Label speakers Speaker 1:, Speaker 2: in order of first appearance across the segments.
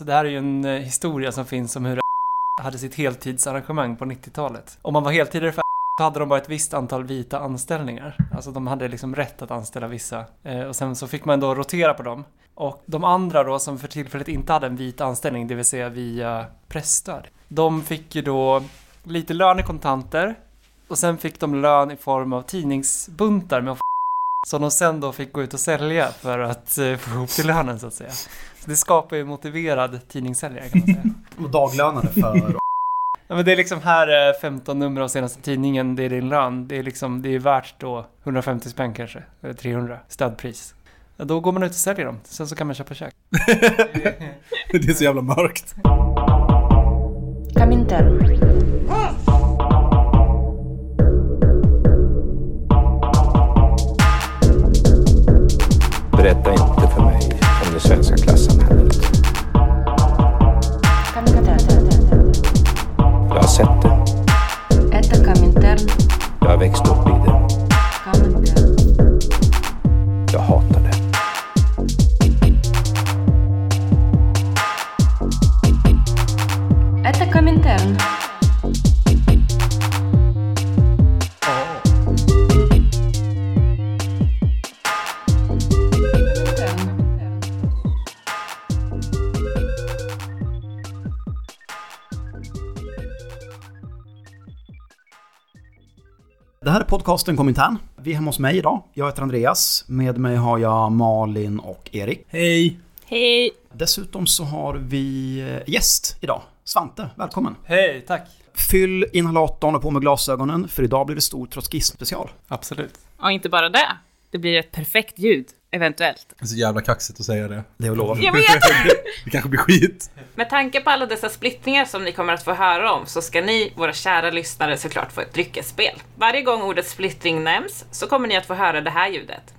Speaker 1: Det här är ju en historia som finns om hur hade sitt heltidsarrangemang på 90-talet. Om man var heltidare för så hade de bara ett visst antal vita anställningar. Alltså de hade liksom rätt att anställa vissa. Och sen så fick man då rotera på dem. Och de andra då som för tillfället inte hade en vit anställning, det vill säga via pressstöd. De fick ju då lite lön i kontanter. Och sen fick de lön i form av tidningsbuntar med som de sen då fick gå ut och sälja för att få ihop till lönen så att säga. Så det skapar ju motiverad tidningssäljare kan man säga.
Speaker 2: Och daglönade för...
Speaker 1: Ja, men det är liksom här 15 nummer av senaste tidningen, det är din lön. Det är liksom, det är värt då 150 spänn kanske, eller 300 stödpris. Ja, då går man ut och säljer dem, sen så kan man köpa kök.
Speaker 3: Det är så jävla mörkt.
Speaker 4: Komintern.
Speaker 5: Berätta inte för mig om det svenska klassamhället. Jag har sett det.
Speaker 4: Это Komintern.
Speaker 5: Jag har växt upp i det.
Speaker 4: Komintern.
Speaker 5: Jag hatar det.
Speaker 4: Это Komintern.
Speaker 2: Det här är podcasten Komintern. Vi är hemma hos mig idag. Jag heter Andreas. Med mig har jag Malin och Erik.
Speaker 3: Hej!
Speaker 6: Hej!
Speaker 2: Dessutom så har vi gäst idag. Svante, välkommen.
Speaker 1: Hej, tack.
Speaker 2: Fyll inhalatorn och på med glasögonen, för idag blir det stor trotskism-special.
Speaker 1: Absolut.
Speaker 6: Och inte bara det. Det blir ett perfekt ljud, eventuellt.
Speaker 3: Det är så jävla kaxigt att säga det.
Speaker 2: Det är att lova.
Speaker 6: Jag vet!
Speaker 3: Det kanske blir skit.
Speaker 6: Med tanke på alla dessa splittringar som ni kommer att få höra om så ska ni, våra kära lyssnare, såklart få ett dryckesspel. Varje gång ordet splittring nämns så kommer ni att få höra det här ljudet.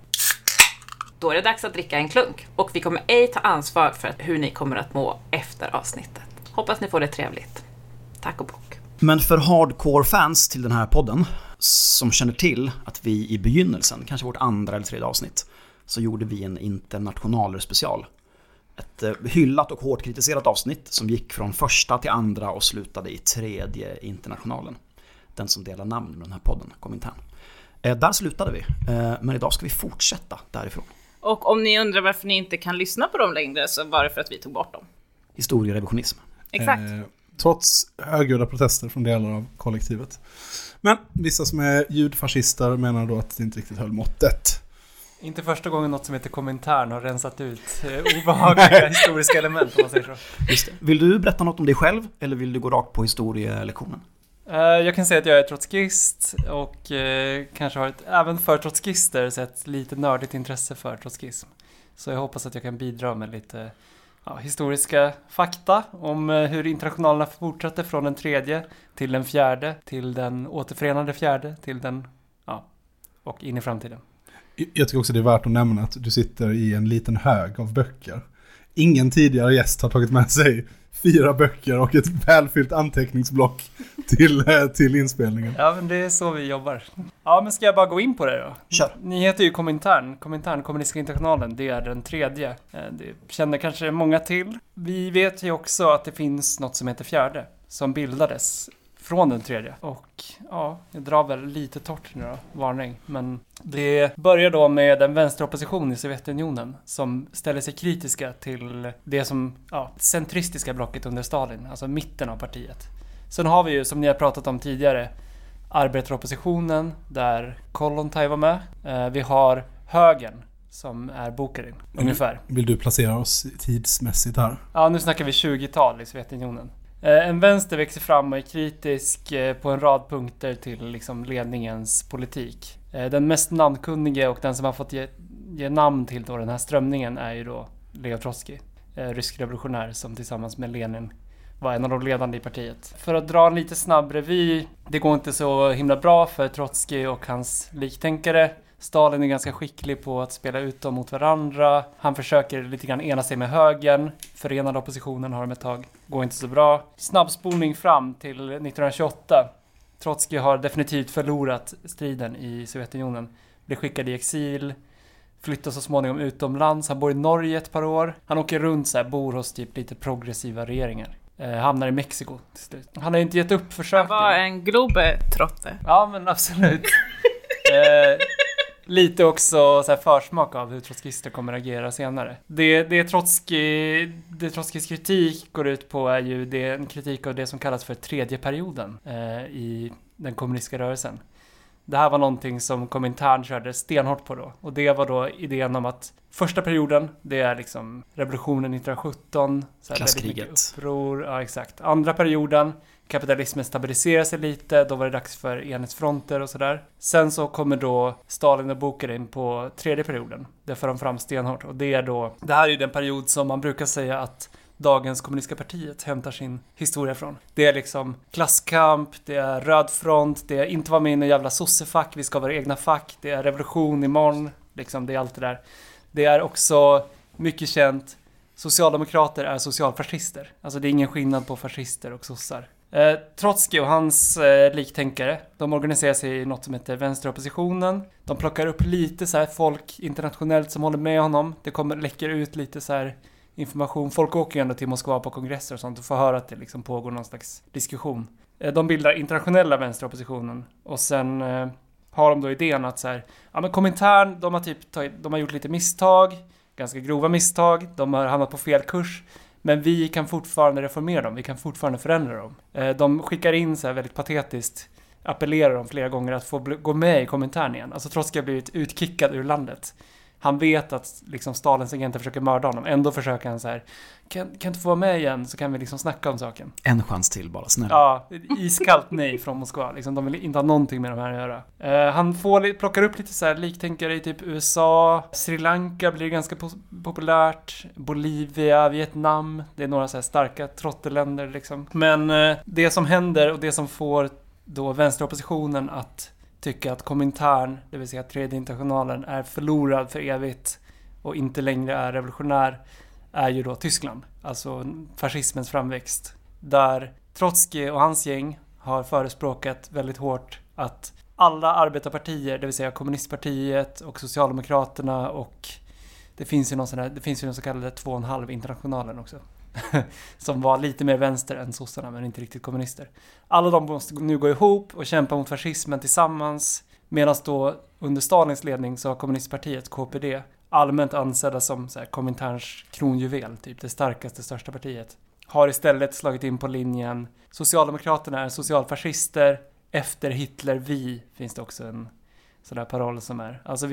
Speaker 6: Då är det dags att dricka en klunk. Och vi kommer ej ta ansvar för hur ni kommer att må efter avsnittet. Hoppas ni får det trevligt. Tack och bock.
Speaker 2: Men för hardcore-fans till den här podden som känner till att vi i begynnelsen, kanske vårt andra eller tredje avsnitt, så gjorde vi en internationaler special. Ett hyllat och hårt kritiserat avsnitt som gick från första till andra och slutade i tredje internationalen. Den som delar namn med den här podden, Komintern. Där slutade vi, men idag ska vi fortsätta därifrån.
Speaker 6: Och om ni undrar varför ni inte kan lyssna på dem längre så var det för att vi tog bort dem.
Speaker 2: Historierevisionism.
Speaker 6: Exakt.
Speaker 3: Trots högljudda protester från delar av kollektivet. Men vissa som är ljudfascister menar då att det inte riktigt höll måttet.
Speaker 1: Inte första gången något som heter Komintern har rensat ut obehagliga historiska element, om man säger så.
Speaker 2: Just det. Vill du berätta något om dig själv eller vill du gå rakt på historielektionen?
Speaker 1: Jag kan säga att jag är trotskist och kanske har även för trotskister sett lite nördigt intresse för trotskism. Så jag hoppas att jag kan bidra med lite historiska fakta om hur internationalerna fortsatte från den tredje till den fjärde, till den återförenade fjärde, till den, och in i framtiden.
Speaker 3: Jag tycker också det är värt att nämna att du sitter i en liten hög av böcker. Ingen tidigare gäst har tagit med sig 4 böcker och ett välfyllt anteckningsblock till inspelningen.
Speaker 1: Ja, men det är så vi jobbar. Ja, men ska jag bara gå in på det då?
Speaker 2: Kör.
Speaker 1: Ni heter ju Komintern, Kommunistiska internationalen, det är den tredje. Det känner kanske många till. Vi vet ju också att det finns något som heter fjärde, som bildades från den tredje. Och jag drar väl lite torrt nu då, varning. Men det börjar då med en vänsteropposition i Sovjetunionen som ställer sig kritiska till det som centristiska blocket under Stalin, alltså mitten av partiet. Sen har vi ju, som ni har pratat om tidigare, arbetaroppositionen där Kollontaj var med. Vi har högern som är Bucharin, ungefär.
Speaker 3: Vill du placera oss tidsmässigt här?
Speaker 1: Ja, nu snackar vi 20-tal i Sovjetunionen. En vänster växer fram och är kritisk på en rad punkter till liksom ledningens politik. Den mest namnkunnige och den som har fått ge namn till då den här strömningen är ju då Leo Trotsky, rysk revolutionär som tillsammans med Lenin var en av de ledande i partiet. För att dra en lite snabb revy, det går inte så himla bra för Trotsky och hans liktänkare. Stalin är ganska skicklig på att spela ut dem mot varandra. Han försöker lite grann ena sig med högern. Förenade oppositionen har de ett tag. Går inte så bra. Snabbspolning fram till 1928. Trotsky har definitivt förlorat striden i Sovjetunionen. Blir skickad i exil. flyttar så småningom utomlands. Han bor i Norge ett par år. Han åker runt så här, bor hos typ lite progressiva regeringar. Hamnar i Mexiko till slut. Han har inte gett upp försöken.
Speaker 6: Han var en globetrotter.
Speaker 1: Ja, men absolut. Lite också så här försmak av hur trotskister kommer att agera senare. Det Trotskijs kritik går ut på är ju en kritik av det som kallas för tredje perioden i den kommunistiska rörelsen. Det här var någonting som Komintern körde stenhårt på då. Och det var då idén om att första perioden, det är liksom revolutionen 1917. Så här
Speaker 2: Klasskriget.
Speaker 1: Uppror, ja exakt. Andra perioden, kapitalismen stabiliserar sig lite. Då var det dags för enhetsfronter och sådär. Sen så kommer då Stalin och Bucharin på tredje perioden. Det för de fram stenhårt. Och det här är ju den period som man brukar säga att dagens kommunistiska partiet hämtar sin historia från. Det är liksom klasskamp, det är röd front, det är inte vara med i en jävla sossefack, vi ska vara egna fack, det är revolution imorgon, liksom det är allt det där. Det är också mycket känt, socialdemokrater är socialfascister. Alltså det är ingen skillnad på fascister och sossar. Trotskij och hans liktänkare, de organiserar sig i något som heter vänsteroppositionen. De plockar upp lite så här folk internationellt som håller med honom. Det läcker ut lite så här information. Folk åker ju ändå till Moskva på kongresser och sånt och får höra att det liksom pågår någon slags diskussion. De bildar internationella vänsteroppositionen och sen har de då idén att så här, ja men Komintern, de har gjort lite misstag, ganska grova misstag, de har hamnat på fel kurs, men vi kan fortfarande reformera dem, vi kan fortfarande förändra dem. De skickar in så här väldigt patetiskt, appellerar dem flera gånger att få gå med i Komintern igen. Alltså Trotskij har blivit utkickad ur landet. Han vet att liksom Stalins agenter försöker mörda honom. Ändå försöker han så här, kan inte få vara med igen så kan vi liksom snacka om saken.
Speaker 2: En chans till bara, snälla.
Speaker 1: Ja, iskallt nej från Moskva. Liksom, de vill inte ha någonting med de här att göra. Han plockar upp lite så här liktänkare i typ USA. Sri Lanka blir ganska populärt. Bolivia, Vietnam. Det är några så här starka trotteländer liksom. Men det som händer och det som får då vänsteroppositionen att tycka att Komintern, det vill säga tredje internationalen, är förlorad för evigt och inte längre är revolutionär, är ju då Tyskland. Alltså fascismens framväxt. Där Trotskij och hans gäng har förespråkat väldigt hårt att alla arbetarpartier, det vill säga kommunistpartiet och Socialdemokraterna och det finns ju någon så kallade 2,5 internationalen också. Som var lite mer vänster än sossarna men inte riktigt kommunister. Alla de måste nu gå ihop och kämpa mot fascismen tillsammans. Medan då under Stalins ledning så har kommunistpartiet, KPD, allmänt ansedda som så här, Kominterns kronjuvel, typ det starkaste, största partiet. Har istället slagit in på linjen Socialdemokraterna är socialfascister, efter Hitler vi, finns det också en sån där paroll som är. Alltså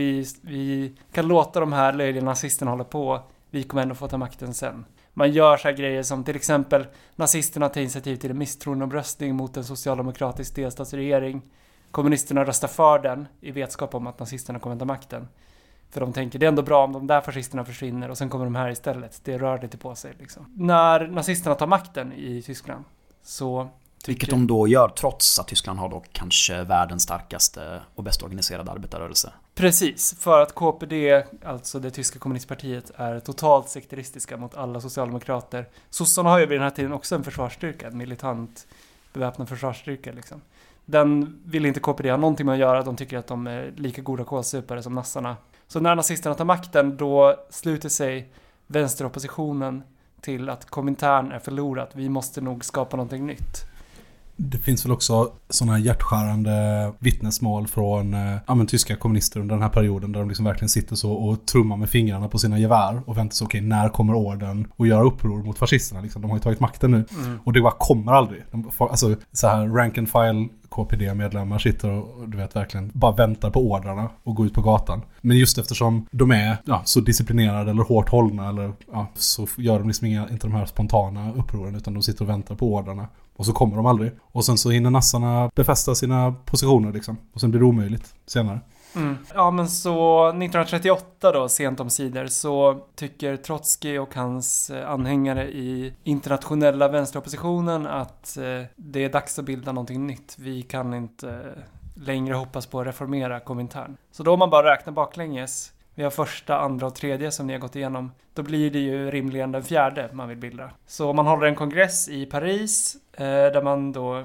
Speaker 1: vi kan låta de här löjliga nazisterna hålla på, vi kommer ändå få ta makten sen. Man gör så här grejer som till exempel nazisterna tar initiativ till en misstroendeomröstning mot en socialdemokratisk delstatsregering. Kommunisterna röstar för den i vetskap om att nazisterna kommer ta makten. För de tänker det är ändå bra om de där fascisterna försvinner och sen kommer de här istället. Det rör lite på sig liksom. När nazisterna tar makten i Tyskland så
Speaker 2: vilket de då gör trots att Tyskland har då kanske världens starkaste och bäst organiserade arbetarrörelse.
Speaker 1: Precis, för att KPD, alltså det tyska kommunistpartiet, är totalt sekteristiska mot alla socialdemokrater. Sossarna har ju vid den här tiden också en försvarsstyrka, en militant beväpnad försvarsstyrka liksom. Den vill inte KPD ha någonting med att göra, de tycker att de är lika goda kålsupare som nassarna. Så när nazisterna tar makten då sluter sig vänsteroppositionen till att Komintern är förlorat. Vi måste nog skapa någonting nytt.
Speaker 3: Det finns väl också sådana här hjärtskärande vittnesmål från tyska kommunister under den här perioden där de liksom verkligen sitter så och trummar med fingrarna på sina gevär och väntar så okej, när kommer orden och göra uppror mot fascisterna liksom? De har ju tagit makten nu och det bara kommer aldrig. Alltså så här rank and file KPD-medlemmar sitter och du vet verkligen bara väntar på ordrarna och går ut på gatan. Men just eftersom de är så disciplinerade eller hårt hållna eller så gör de liksom inte de här spontana upproren utan de sitter och väntar på ordrarna. Och så kommer de aldrig. Och sen så hinner nassarna befästa sina positioner liksom. Och sen blir det omöjligt senare.
Speaker 1: Mm. Ja, men så 1938 då, sent om sidor, så tycker Trotskij och hans anhängare i internationella vänsteroppositionen att det är dags att bilda någonting nytt. Vi kan inte längre hoppas på att reformera Komintern. Så då om man bara räknar baklänges, vi har första, andra och tredje som ni har gått igenom, då blir det ju rimligen den fjärde man vill bilda. Så man håller en kongress i Paris där man då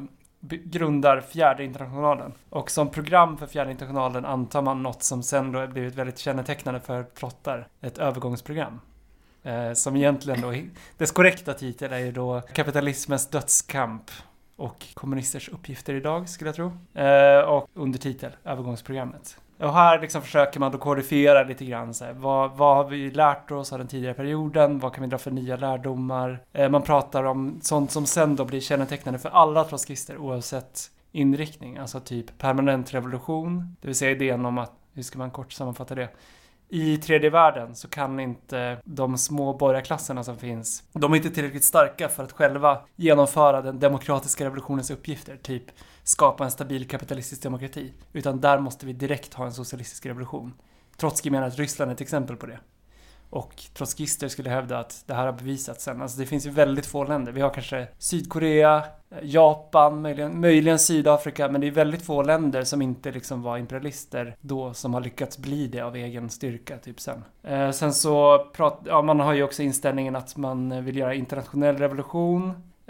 Speaker 1: grundar fjärde internationalen. Och som program för fjärde internationalen antar man något som sen då blivit väldigt kännetecknande för trottar. Ett övergångsprogram. Som egentligen då, dess korrekta titel är ju då Kapitalismens dödskamp och kommunisters uppgifter idag, skulle jag tro. Och undertitel, övergångsprogrammet. Och här liksom försöker man då kodifiera lite grann så här, vad har vi lärt oss av den tidigare perioden, vad kan vi dra för nya lärdomar. Man pratar om sånt som sen då blir kännetecknande för alla trotskister oavsett inriktning, alltså typ permanent revolution, det vill säga idén om att, hur ska man kort sammanfatta det? I tredje världen så kan inte de små borgarklasserna som finns, de är inte tillräckligt starka för att själva genomföra den demokratiska revolutionens uppgifter, typ skapa en stabil kapitalistisk demokrati. Utan där måste vi direkt ha en socialistisk revolution. Trotskij menar att Ryssland är ett exempel på det. Och trotskister skulle hävda att det här har bevisats sen. Alltså det finns ju väldigt få länder. Vi har kanske Sydkorea, Japan, möjligen Sydafrika. Men det är väldigt få länder som inte liksom var imperialister då som har lyckats bli det av egen styrka typ sen. Sen så man har ju också inställningen att man vill göra internationell revolution.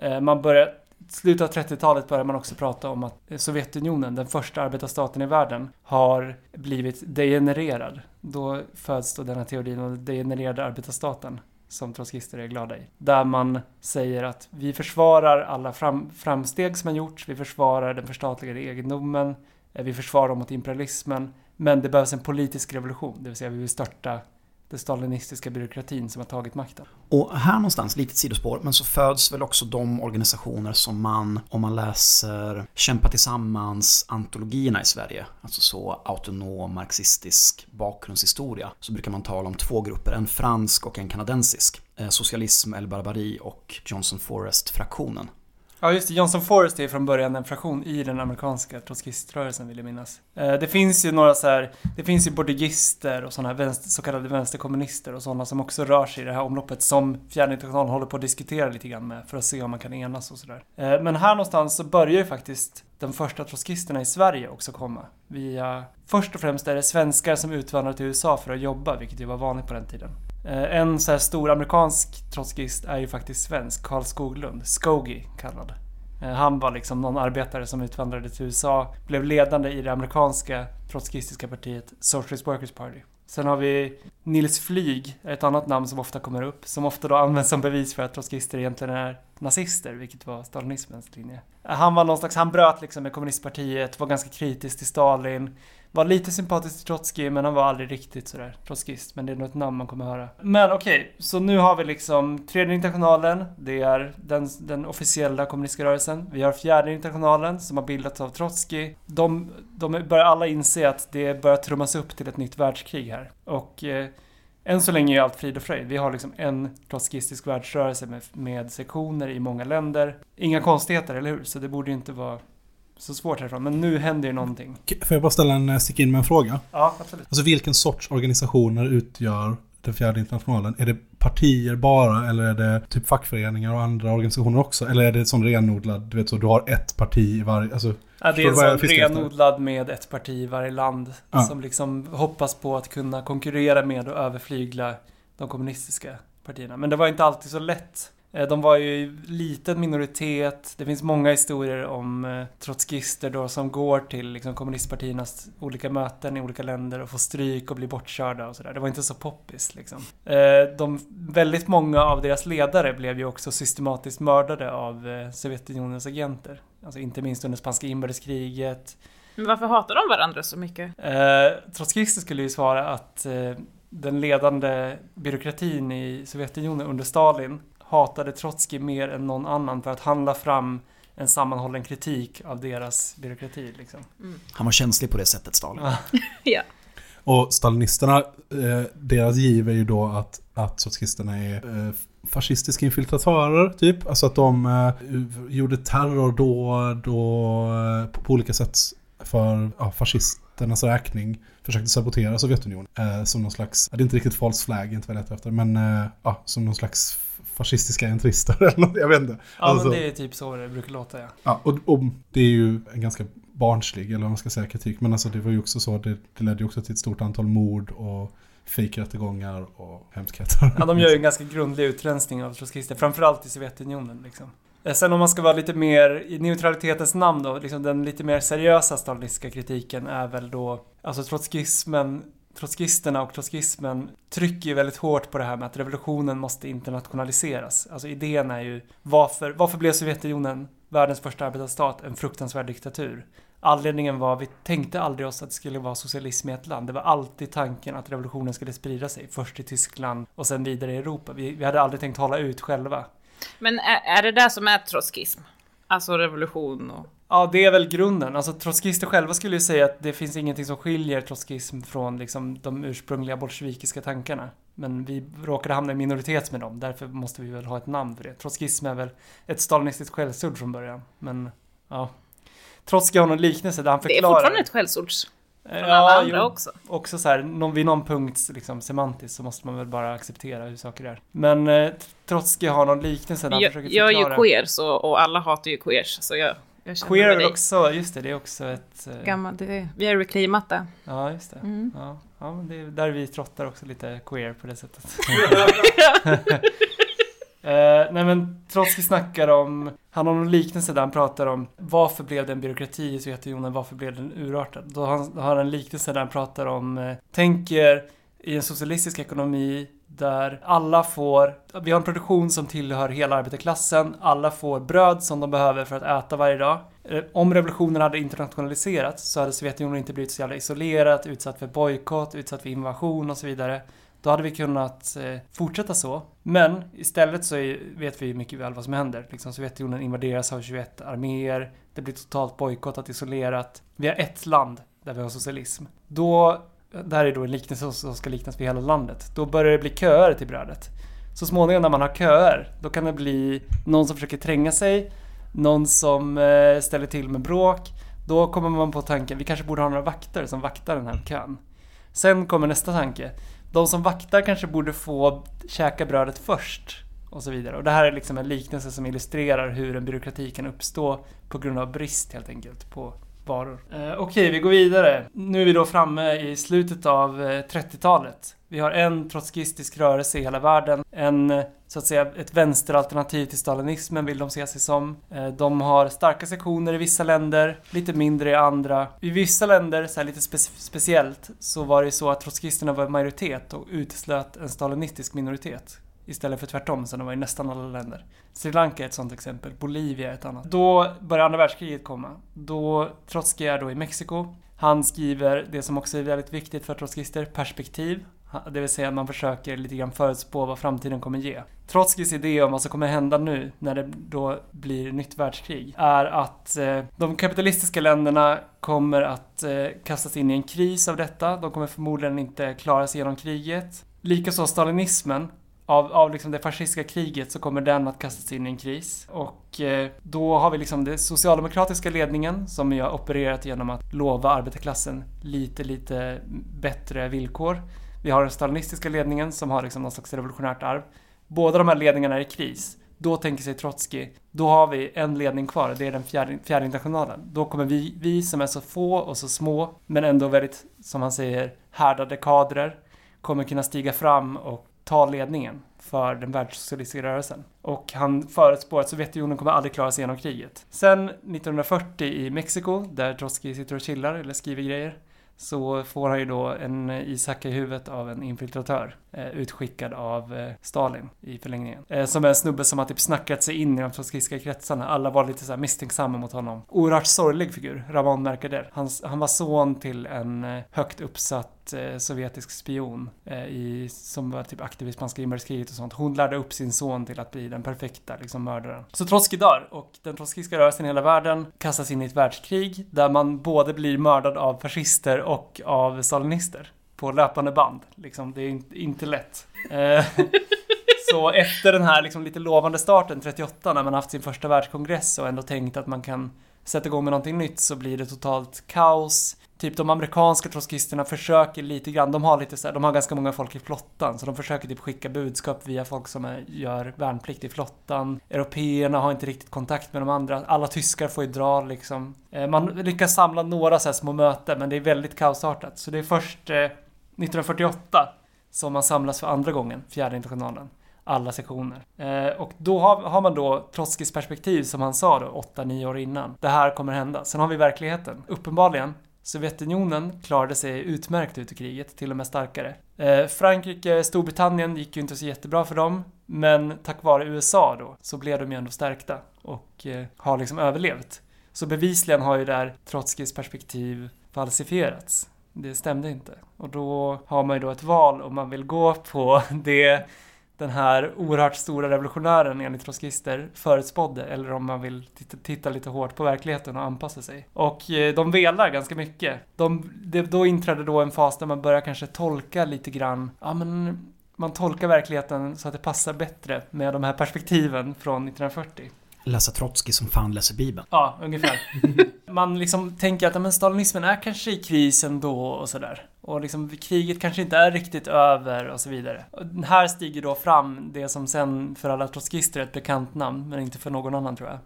Speaker 1: Slutet av 30-talet börjar man också prata om att Sovjetunionen, den första arbetarstaten i världen, har blivit degenererad. Då föds då denna teorin om den degenererade arbetarstaten som trotskister är glada i. Där man säger att vi försvarar alla framsteg som har gjorts, vi försvarar den förstatligade egendomen, vi försvarar dem mot imperialismen, men det behövs en politisk revolution, det vill säga vi vill störta den stalinistiska byråkratin som har tagit makten.
Speaker 2: Och här någonstans, lite sidospår, men så föds väl också de organisationer som man, om man läser Kämpa tillsammans antologierna i Sverige, alltså så autonom marxistisk bakgrundshistoria, så brukar man tala om två grupper, en fransk och en kanadensisk. Socialism eller barbari och Johnson Forest-fraktionen.
Speaker 1: Ja just det, Johnson Forest är från början en fraktion i den amerikanska trotskiströrelsen, vill jag minnas. Det finns ju några så här, det finns ju bordegister och sådana här så kallade vänsterkommunister och sådana som också rör sig i det här omloppet som fjärde internationalen håller på att diskutera lite grann med för att se om man kan enas och sådär. Men här någonstans så börjar ju faktiskt de första trotskisterna i Sverige också komma. Först och främst är det svenskar som utvandrar till USA för att jobba, vilket ju var vanligt på den tiden. En så här stor amerikansk trotskist är ju faktiskt svensk, Karl Skoglund, Skogie kallad. Han var liksom någon arbetare som utvandrade till USA, blev ledande i det amerikanska trotskistiska partiet Socialist Workers Party. Sen har vi Nils Flyg, ett annat namn som ofta kommer upp, som ofta då används som bevis för att trotskister egentligen är nazister, vilket var stalinismens linje. Han bröt liksom med kommunistpartiet, var ganska kritisk till Stalin, var lite sympatisk till Trotskij, men han var aldrig riktigt sådär trotskist, men det är nog ett namn man kommer höra. Men okej, så nu har vi liksom tredje internationalen, det är den officiella kommunistiska rörelsen. Vi har fjärde internationalen som har bildats av Trotskij. De börjar alla inse att det börjar trummas upp till ett nytt världskrig här. Och än så länge är allt frid och fröjd. Vi har liksom en trotskistisk världsrörelse med sektioner i många länder. Inga konstigheter, eller hur? Så det borde ju inte vara så svårt härifrån, men nu händer ju någonting.
Speaker 3: Får jag bara sticka in med en fråga?
Speaker 1: Ja, absolut.
Speaker 3: Alltså vilken sorts organisationer utgör den fjärde internationalen? Är det partier bara, eller är det typ fackföreningar och andra organisationer också? Eller är det sån renodlad, du vet så, du har ett parti i varje... Alltså,
Speaker 1: ja, det är en sån renodlad med ett parti i varje land som liksom hoppas på att kunna konkurrera med och överflygla de kommunistiska partierna. Men det var inte alltid så lätt. De var ju liten minoritet. Det finns många historier om trotskister då som går till liksom kommunistpartiernas olika möten i olika länder och får stryk och blir bortkörda och sådär. Det var inte så poppis liksom. Väldigt många av deras ledare blev ju också systematiskt mördade av Sovjetunionens agenter. Alltså inte minst under spanska inbördeskriget.
Speaker 6: Men varför hatar de varandra så mycket?
Speaker 1: Trotskister skulle ju svara att den ledande byråkratin i Sovjetunionen under Stalin hatade Trotskij mer än någon annan för att handla fram en sammanhållen kritik av deras byråkrati. Liksom.
Speaker 2: Mm. Han var känslig på det sättet, Stalin.
Speaker 6: Ja.
Speaker 3: Och stalinisterna, deras giv är ju då att trotskisterna är fascistiska infiltratörer, typ. Alltså att de gjorde terrordåd på olika sätt för fascisternas räkning. Försökte sabotera Sovjetunionen som någon slags, det är inte riktigt false flag, inte vad jag letar efter, men som någon slags fascistiska entrister eller något, jag vet inte.
Speaker 1: Ja, alltså, men det är typ så det brukar låta, ja.
Speaker 3: Ja, och det är ju en ganska barnslig, eller vad man ska säga, kritik, men alltså det var ju också så, det ledde ju också till ett stort antal mord och fejkrättegångar och hemskheter.
Speaker 1: Ja, de gör ju en ganska grundlig utrensning av trotskister, framförallt i Sovjetunionen liksom. Sen om man ska vara lite mer i neutralitetens namn då, liksom den lite mer seriösa stalinistiska kritiken är väl då, alltså trotskisterna och trotskismen trycker ju väldigt hårt på det här med att revolutionen måste internationaliseras. Alltså idén är ju, varför blev Sovjetunionen världens första arbetarstat en fruktansvärd diktatur? Anledningen var, vi tänkte aldrig oss att det skulle vara socialism i ett land. Det var alltid tanken att revolutionen skulle sprida sig. Först i Tyskland och sen vidare i Europa. Vi hade aldrig tänkt hålla ut själva.
Speaker 6: Men är det där som är trotskism? Alltså revolution och...
Speaker 1: Ja, det är väl grunden. Alltså trotskister själva skulle ju säga att det finns ingenting som skiljer trotskism från liksom, de ursprungliga bolsjevikiska tankarna. Men vi råkade hamna i minoritet med dem. Därför måste vi väl ha ett namn för det. Trotskism är väl ett stalinistiskt skällsord från början. Men ja... Trotskij har någon liknelse där han förklarar...
Speaker 6: Det är fortfarande ett skällsord från alla andra också.
Speaker 1: Också så här, vid någon punkt liksom, semantiskt så måste man väl bara acceptera hur saker är. Men Trotskij har någon liknelse där han försöker förklara...
Speaker 6: Jag är ju queer och alla hatar ju queers. Så jag
Speaker 1: queer är också, just det är också ett...
Speaker 6: vi är reclaimat det.
Speaker 1: Ja, just det. Mm. Ja, men det är där vi trottar också lite queer på det sättet. Nej men Trotskij snackar om, han har någon liknelse där han pratar om varför blev det en byråkrati i Sovjetunionen, varför blev den urartad. Då har han en liknelse där han pratar om, tänker i en socialistisk ekonomi där alla får, vi har en produktion som tillhör hela arbetarklassen, alla får bröd som de behöver för att äta varje dag. Om revolutionen hade internationaliserats så hade Sovjetunionen inte blivit så jävla isolerat, utsatt för bojkott, utsatt för invasion och så vidare. Då hade vi kunnat fortsätta så. Men istället så vet vi mycket väl vad som händer. Liksom Sovjetunionen invaderas av 21 arméer. Det blir totalt bojkottat, isolerat. Vi har ett land där vi har socialism. Det här är då en liknelse som ska liknas vid hela landet. Då börjar det bli köer till brödet. Så småningom när man har köer, då kan det bli någon som försöker tränga sig. Någon som ställer till med bråk. Då kommer man på tanken, vi kanske borde ha några vakter som vaktar den här kön. Sen kommer nästa tanke. De som vaktar kanske borde få käka brödet först och så vidare. Och det här är liksom en liknelse som illustrerar hur en byråkrati kan uppstå på grund av brist helt enkelt på varor. Okej, vi går vidare. Nu är vi då framme i slutet av 30-talet. Vi har en trotskistisk rörelse i hela världen. Så att säga, ett vänsteralternativ till stalinismen vill de se sig som. De har starka sektioner i vissa länder, lite mindre i andra. I vissa länder, så här lite speciellt, så var det så att trotskisterna var majoritet och uteslöt en stalinistisk minoritet. Istället för tvärtom, så de var i nästan alla länder. Sri Lanka är ett sånt exempel, Bolivia är ett annat. Då börjar andra världskriget komma. Då Trotskij är då i Mexiko. Han skriver det som också är väldigt viktigt för trotskister, perspektiv. Det vill säga att man försöker lite grann förutspå vad framtiden kommer ge. Trotskijs idé om vad som kommer hända nu när det då blir nytt världskrig är att de kapitalistiska länderna kommer att kastas in i en kris av detta. De kommer förmodligen inte klara sig genom kriget. Likaså stalinismen. Av liksom det fascistiska kriget så kommer den att kastas in i en kris. Och då har vi liksom den socialdemokratiska ledningen som har opererat genom att lova arbetarklassen lite bättre villkor. Vi har den stalinistiska ledningen som har liksom någon slags revolutionärt arv. Båda de här ledningarna är i kris. Då tänker sig Trotskij, då har vi en ledning kvar, det är den fjärde internationalen. Då kommer vi som är så få och så små, men ändå väldigt, som han säger, härdade kadrer, kommer kunna stiga fram och ta ledningen för den världssocialistiska rörelsen. Och han förutspår att Sovjetunionen kommer aldrig klara sig genom kriget. Sen 1940 i Mexiko, där Trotskij sitter och chillar eller skriver grejer, så får han ju då en ishacka i huvudet av en infiltratör utskickad av Stalin i förlängningen. Som är en snubbe som har typ snackat sig in i de trotskistiska kretsarna. Alla var lite så här misstänksamma mot honom. Oerhört sorglig figur, Ramon Mercader. Han var son till en högt uppsatt sovjetisk spion som var typ aktiv i spanska inbördeskriget och sånt. Hon lärde upp sin son till att bli den perfekta liksom, mördaren. Så Trotskij dör och den trotskistiska rörelsen i hela världen kastas in i ett världskrig där man både blir mördad av fascister och av stalinister på löpande band. Liksom, det är inte lätt. Så efter den här liksom, lite lovande starten 38 när man haft sin första världskongress och ändå tänkt att man kan sätta igång med någonting nytt så blir det totalt kaos. Typ de amerikanska trotskisterna försöker lite grann, de har ganska många folk i flottan så de försöker typ skicka budskap via folk som gör värnplikt i flottan. Europeerna har inte riktigt kontakt med de andra. Alla tyskar får ju dra liksom. Man lyckas samla några så här små möten men det är väldigt kaosartat. Så det är först 1948 som man samlas för andra gången, fjärde internationalen. alla sektioner. Och då har man då Trotskijs perspektiv som han sa då 8-9 år innan. Det här kommer hända. Sen har vi verkligheten. Uppenbarligen, Sovjetunionen klarade sig utmärkt ut i kriget, till och med starkare. Frankrike, Storbritannien gick ju inte så jättebra för dem, men tack vare USA då så blev de ju ändå stärkta och har liksom överlevt. Så bevisligen har ju där Trotskijs perspektiv falsifierats. Det stämde inte. Och då har man ju då ett val om man vill gå på det den här oerhört stora revolutionären enligt trotskister förutspådde, eller om man vill titta lite hårt på verkligheten och anpassa sig. Och de velar ganska mycket. Då inträdde då en fas där man börjar kanske tolka lite grann. Ja, men man tolkar verkligheten så att det passar bättre med de här perspektiven från 1940.
Speaker 2: Läsa Trotskij som fan läser Bibeln.
Speaker 1: Ja, ungefär. Man liksom tänker att men stalinismen är kanske i kris ändå och sådär. Och liksom kriget kanske inte är riktigt över och så vidare. Och här stiger då fram det som sen för alla trotskister är ett bekant namn, men inte för någon annan tror jag.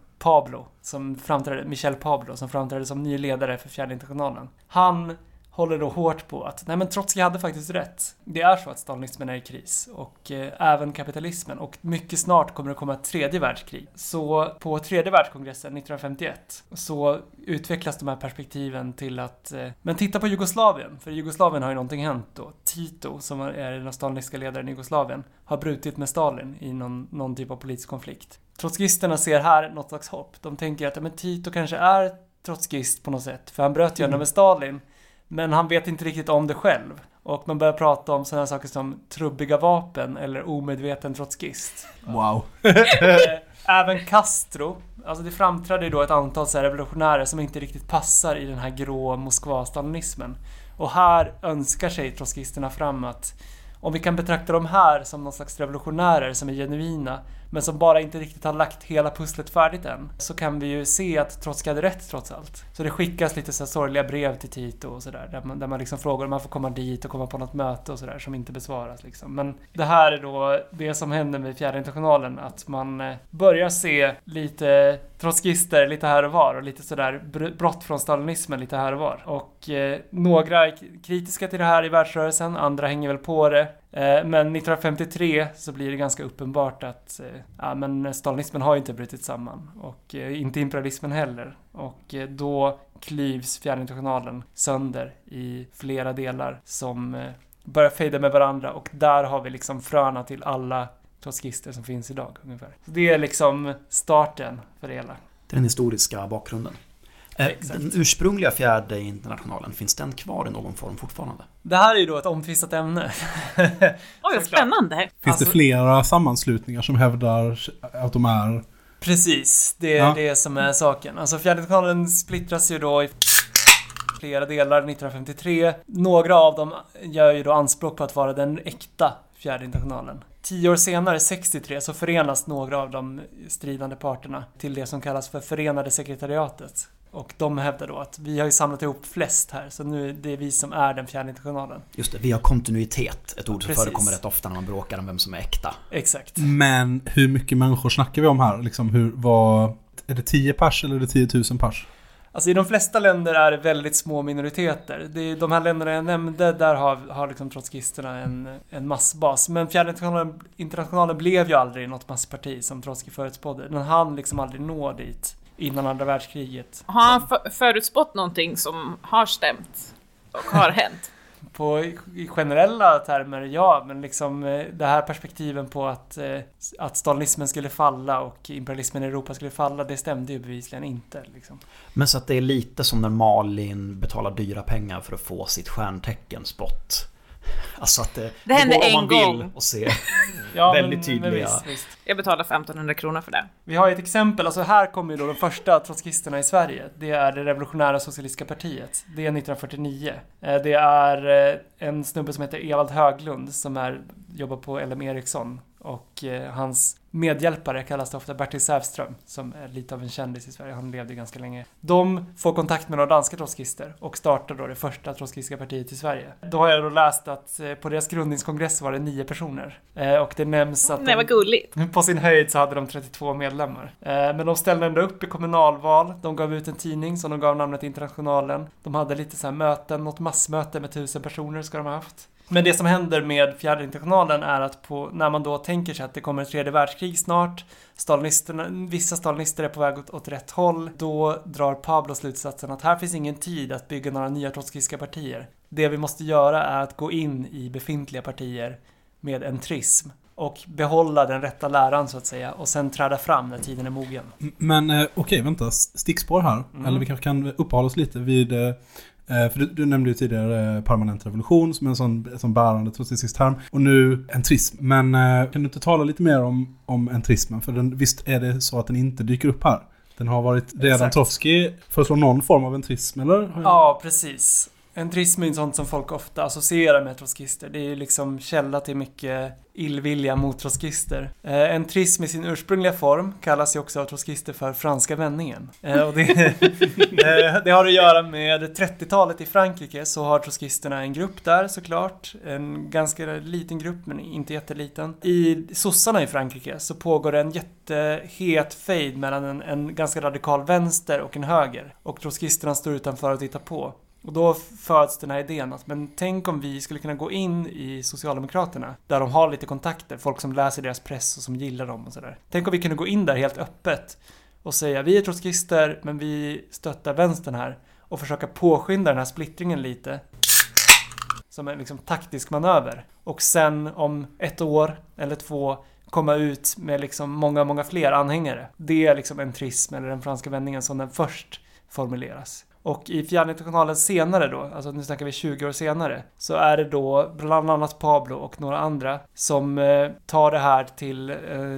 Speaker 1: Michel Pablo, som framträdde som ny ledare för Fjärde internationalen. Han håller då hårt på att nej, men Trotskij hade faktiskt rätt. Det är så att stalinismen är i kris och även kapitalismen, och mycket snart kommer det komma ett tredje världskrig. Så på tredje världskongressen 1951 så utvecklas de här perspektiven till att men titta på Jugoslavien, för i Jugoslavien har ju någonting hänt då. Tito, som är den stalinistiska ledaren i Jugoslavien, har brutit med Stalin i någon typ av politisk konflikt. Trotskisterna ser här något slags hopp. De tänker att men Tito kanske är trotskist på något sätt, för han bröt ju ändå med Stalin. Men han vet inte riktigt om det själv. Och man börjar prata om sådana saker som trubbiga vapen eller omedveten trotskist.
Speaker 3: Wow.
Speaker 1: Även Castro. Alltså det framträdde ju då ett antal så här revolutionärer som inte riktigt passar i den här grå Moskva-stalinismen. Och här önskar sig trotskisterna fram att om vi kan betrakta dem här som någon slags revolutionärer som är genuina, men som bara inte riktigt har lagt hela pusslet färdigt än, så kan vi ju se att Trotskij hade rätt trots allt. Så det skickas lite så sorgliga brev till Tito och sådär, där man liksom frågar om man får komma dit och komma på något möte och sådär som inte besvaras liksom. Men det här är då det som händer med Fjärde internationalen, att man börjar se lite trotskister lite här och var och lite sådär brott från stalinismen lite här och var. Och några är kritiska till det här i världsrörelsen, andra hänger väl på det. Men 1953 så blir det ganska uppenbart att men stalinismen har ju inte brutit samman, och inte imperialismen heller. Och då klyvs Fjärde internationalen sönder i flera delar som börjar fejda med varandra, och där har vi liksom fröna till alla trotskister som finns idag ungefär. Så det är liksom starten för det hela.
Speaker 2: Det är den historiska bakgrunden. Den ursprungliga Fjärde internationalen, finns den kvar i någon form fortfarande?
Speaker 1: Det här är ju då ett omtvistat ämne.
Speaker 6: Oj, spännande.
Speaker 3: Finns det flera sammanslutningar som hävdar att de är...
Speaker 1: Precis, det är det som är saken. Alltså Fjärde internationalen splittras ju då i flera delar 1953. Några av dem gör ju då anspråk på att vara den äkta Fjärde internationalen. 10 år senare, 63, så förenas några av de stridande parterna till det som kallas för Förenade sekretariatet. Och de hävdar då att vi har ju samlat ihop flest här, så nu är det vi som är den Fjärde internationalen.
Speaker 2: Just det, vi har kontinuitet, ett ord som
Speaker 1: Precis.
Speaker 2: förekommer rätt ofta när man bråkar om vem som är äkta.
Speaker 1: Exakt.
Speaker 3: Men hur mycket människor snackar vi om här? Liksom är det 10 pers eller är det 10 000 pers?
Speaker 1: Alltså i de flesta länder är det väldigt små minoriteter. Det är de här länderna jag nämnde, där har liksom trotskisterna en massbas. Men Fjärde internationalen blev ju aldrig något massparti som Trotskij förutspådde. Den hann liksom aldrig nå dit innan andra världskriget.
Speaker 6: Har han förutspått någonting som har stämt och har hänt?
Speaker 1: I generella termer, ja, men liksom det här perspektiven på att stalinismen skulle falla och imperialismen i Europa skulle falla, det stämde ju bevisligen inte. Liksom.
Speaker 2: Men så att det är lite som när Malin betalar dyra pengar för att få sitt stjärntecken-spott. Alltså att det
Speaker 6: hände
Speaker 2: går om
Speaker 6: en
Speaker 2: man vill
Speaker 6: gång.
Speaker 2: och se
Speaker 1: Ja,
Speaker 2: väldigt tydliga.
Speaker 1: Visst.
Speaker 6: Jag betalar 1500 kronor för det.
Speaker 1: Vi har ett exempel, alltså här kommer ju då de första trotskisterna i Sverige. Det är det revolutionära socialistiska partiet. Det är 1949. Det är en snubbe som heter Evald Höglund som jobbar på LM Ericsson. Och hans medhjälpare kallas det ofta Bertil Sävström, som är lite av en kändis i Sverige. Han levde ganska länge. De får kontakt med några danska trotskister och startar då det första trotskistiska partiet i Sverige. Då har jag då läst att på deras grundningskongress var det 9 personer. Och det nämns att
Speaker 6: Nej, vad gulligt.
Speaker 1: på sin höjd så hade de 32 medlemmar. Men de ställde ändå upp i kommunalval. De gav ut en tidning som de gav namnet Internationalen. De hade lite så här möten, något massmöte med 1000 personer ska de ha haft. Men det som händer med fjärde internationalen är att när man då tänker sig att det kommer ett tredje världskrig snart, vissa stalinister är på väg åt rätt håll, då drar Pablo slutsatsen att här finns ingen tid att bygga några nya trotskistiska partier. Det vi måste göra är att gå in i befintliga partier med entrism och behålla den rätta läran så att säga och sen träda fram när tiden är mogen.
Speaker 3: Men okej, vänta, stickspår här. Eller vi kanske kan uppehålla oss lite vid för du nämnde ju tidigare permanent revolution som en sån bärande trotskistisk term. Och nu entrism. Men kan du inte tala lite mer om entrismen? För visst är det så att den inte dyker upp här? Den har varit redan Trotsky föreslår någon form av entrism, eller?
Speaker 1: Ja, precis. Entrism är sånt som folk ofta associerar med trotskister. Det är ju liksom källa till mycket illvilja mot trotskister. Entrism i sin ursprungliga form kallas ju också av trotskister för franska vändningen. Och det har att göra med 30-talet i Frankrike, så har trotskisterna en grupp där såklart. En ganska liten grupp men inte jätteliten. I sossarna i Frankrike så pågår en jättehet fejd mellan en ganska radikal vänster och en höger. Och trotskisterna står utanför och tittar på. Och då föds den här idén att men tänk om vi skulle kunna gå in i Socialdemokraterna där de har lite kontakter, folk som läser deras press och som gillar dem och sådär. Tänk om vi kunde gå in där helt öppet och säga vi är trotskister men vi stöttar vänstern här och försöka påskynda den här splittringen lite som en liksom taktisk manöver. Och sen om 1 år eller 2 komma ut med liksom många fler anhängare. Det är liksom entrism eller den franska vändningen som den först formuleras. Och i fjärde internationalen senare då, alltså nu snackar vi 20 år senare, så är det då bland annat Pablo och några andra som tar det här till,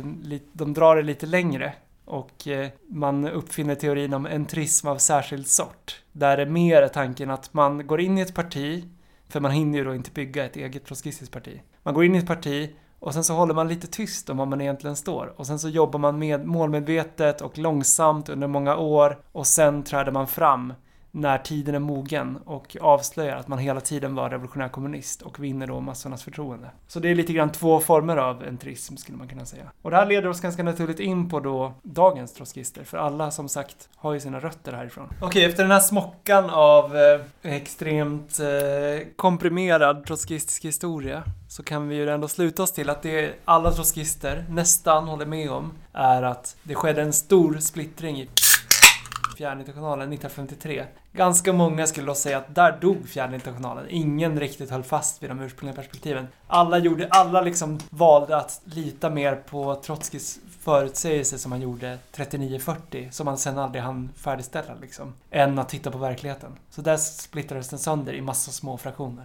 Speaker 1: de drar det lite längre och man uppfinner teorin om entrism av särskild sort. Där är mer tanken att man går in i ett parti, för man hinner ju då inte bygga ett eget trotskistiskt parti. Man går in i ett parti och sen så håller man lite tyst om vad man egentligen står. Och sen så jobbar man med målmedvetet och långsamt under många år och sen träder man fram när tiden är mogen och avslöjar att man hela tiden var revolutionär kommunist och vinner då massornas förtroende. Så det är lite grann 2 former av entrism skulle man kunna säga. Och det här leder oss ganska naturligt in på då dagens trotskister, för alla som sagt har ju sina rötter härifrån. Okej, efter den här smockan av extremt komprimerad trotskistisk historia så kan vi ju ändå sluta oss till att det alla trotskister nästan håller med om är att det skedde en stor splittring i fjärde internationalen 1953. Ganska många skulle då säga att där dog fjärde internationalen. Ingen riktigt höll fast vid de ursprungliga perspektiven. Alla liksom valde att lita mer på Trotskys förutsägelse som man gjorde 39-40, som man sen aldrig hann färdigställa liksom, än att titta på verkligheten. Så där splittrades den sönder i massa små fraktioner.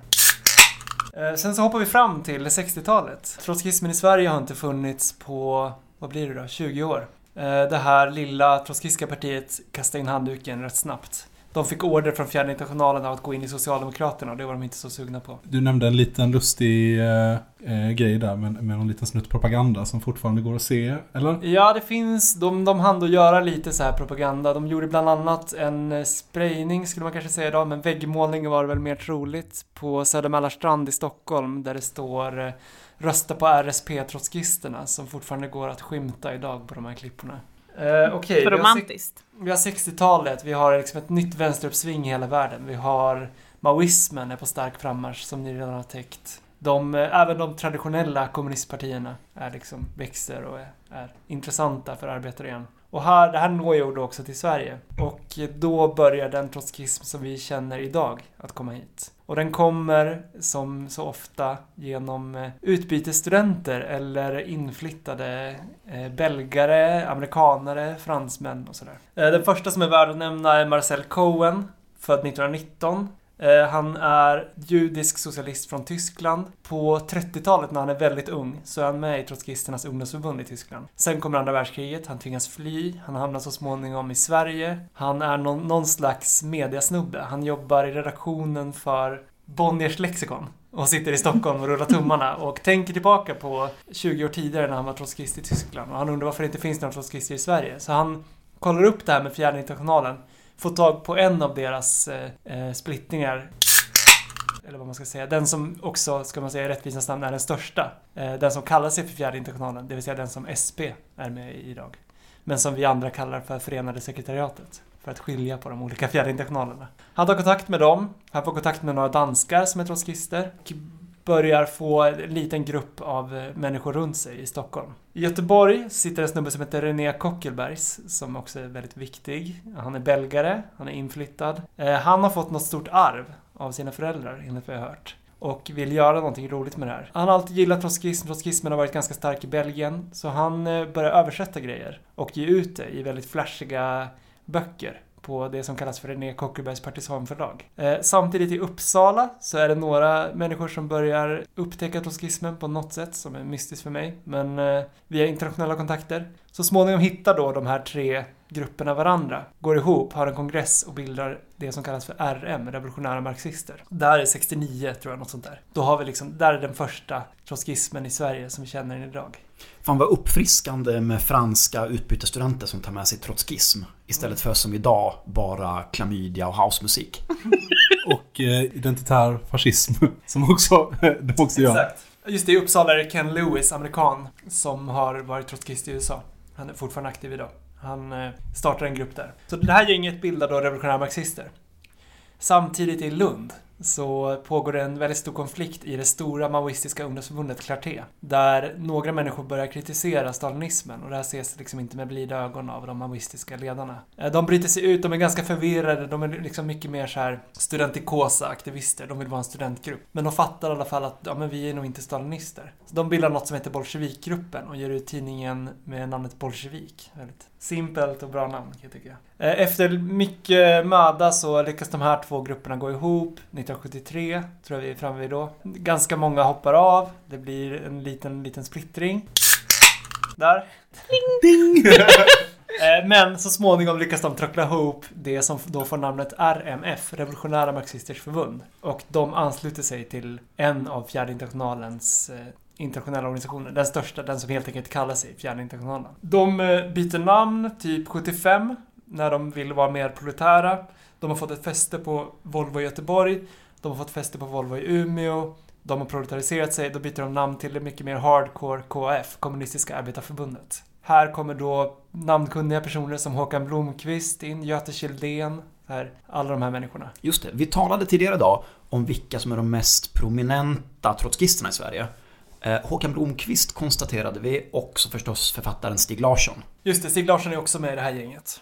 Speaker 1: Sen så hoppar vi fram till 60-talet. Trotskismen i Sverige har inte funnits på, vad blir det då, 20 år. Det här lilla trotskistiska partiet kastade in handduken rätt snabbt. De fick order från fjärde internationalen av att gå in i Socialdemokraterna och det var de inte så sugna på.
Speaker 3: Du nämnde en liten lustig grej där med en liten snutt propaganda som fortfarande går att se, eller?
Speaker 1: Ja, det finns. De hann då göra lite så här propaganda. De gjorde bland annat en sprayning skulle man kanske säga idag, men väggmålning var det väl mer troligt på Södermälarstrand i Stockholm där det står rösta på RSP-trotskisterna som fortfarande går att skymta idag på de här klipporna. Okej,
Speaker 6: romantiskt.
Speaker 1: Vi har 60-talet, vi har liksom ett nytt vänsteruppsving i hela världen. Vi har maoismen är på stark frammarsch som ni redan har täckt. Även de traditionella kommunistpartierna är liksom växer och är intressanta för arbetare igen. Och det här når ju då också till Sverige. Och då börjar den trotskism som vi känner idag att komma hit. Och den kommer som så ofta genom utbytesstudenter eller inflyttade belgare, amerikanare, fransmän och sådär. Den första som är värd att nämna är Marcel Cohen, född 1919. Han är judisk socialist från Tyskland. På 30-talet när han är väldigt ung så är han med i trotskisternas ungdomsförbund i Tyskland. Sen kommer andra världskriget, han tvingas fly. Han hamnar så småningom i Sverige. Han är någon slags mediasnubbe. Han jobbar i redaktionen för Bonniers lexikon och sitter i Stockholm och rullar tummarna och tänker tillbaka på 20 år tidigare när han var trotskist i Tyskland. Och han undrar varför det inte finns några trotskister i Sverige. Så han kollar upp det här med fjärde internationalen, får tag på en av deras splittningar, eller vad man ska säga, den som också, ska man säga i rättvisans namn, är den största. Den som kallar sig för fjärde internationalen, det vill säga den som SP är med i idag. Men som vi andra kallar för Förenade sekretariatet, för att skilja på de olika fjärde internationalerna. Han tar kontakt med dem, han får kontakt med några danskar som är trotskister. börjar få en liten grupp av människor runt sig i Stockholm. I Göteborg sitter en snubbe som heter René Kockelbergs som också är väldigt viktig. Han är belgare, han är inflyttad. Han har fått något stort arv av sina föräldrar, enligt vad jag har hört. Och vill göra någonting roligt med det här. Han har alltid gillat trotskism. Trotskismen har varit ganska stark i Belgien. Så han börjar översätta grejer och ge ut det i väldigt flashiga böcker på det som kallas för René Kockelbergs partisanförlag. Samtidigt i Uppsala så är det några människor som börjar upptäcka trotskismen på något sätt som är mystiskt för mig. Men via internationella kontakter. Så småningom hittar då de här 3 grupperna varandra, går ihop, har en kongress och bildar det som kallas för RM, revolutionära marxister. Där är 69 tror jag, något sånt där. Då har vi liksom, där är den första trotskismen i Sverige som vi känner den idag.
Speaker 2: Fan vad uppfriskande med franska utbytesstudenter som tar med sig trotskism istället för som idag bara klamydia och housemusik.
Speaker 3: Och identitär fascism som också, de också gör.
Speaker 1: Exakt. Just det, i Uppsala är det Ken Lewis, amerikan, som har varit trotskist i USA. Han är fortfarande aktiv idag. Han startar en grupp där. Så det här gänget bildar då revolutionära marxister. Samtidigt i Lund så pågår det en väldigt stor konflikt i det stora maoistiska ungdomsförbundet Clarté. Där några människor börjar kritisera stalinismen och det här ses liksom inte med blida ögon av de maoistiska ledarna. De bryter sig ut, de är ganska förvirrade, de är liksom mycket mer så här studentikosa aktivister, de vill vara en studentgrupp. Men de fattar i alla fall att men vi är nog inte stalinister. Så de bildar något som heter Bolsjevikgruppen och ger ut tidningen med namnet Bolsjevik. Väldigt simpelt och bra namn kan jag tycka. Efter mycket möda så lyckas de här 2 grupperna gå ihop. 1973 tror jag vi är framme vid då. Ganska många hoppar av. Det blir en liten splittring. Där. Ding! Men så småningom lyckas de trockla ihop det som då får namnet RMF, Revolutionära Marxisters förbund. Och de ansluter sig till en av Fjärde internationalens internationella organisationer. Den största, den som helt enkelt kallar sig Fjärde internationalen. De byter namn typ 75 när de vill vara mer proletära. De har fått ett fäste på Volvo i Göteborg. De har fått fäste på Volvo i Umeå. De har proletariserat sig. Då byter de namn till det mycket mer hardcore KAF, Kommunistiska arbetarförbundet. Här kommer då namnkunniga personer som Håkan Blomqvist in, Göte Kjeldén, alla de här människorna.
Speaker 2: Just det, vi talade tidigare idag om vilka som är de mest prominenta trotskisterna i Sverige. Håkan Blomqvist konstaterade vi, också förstås författaren Stig Larsson.
Speaker 1: Just det, Stig Larsson är också med i det här gänget.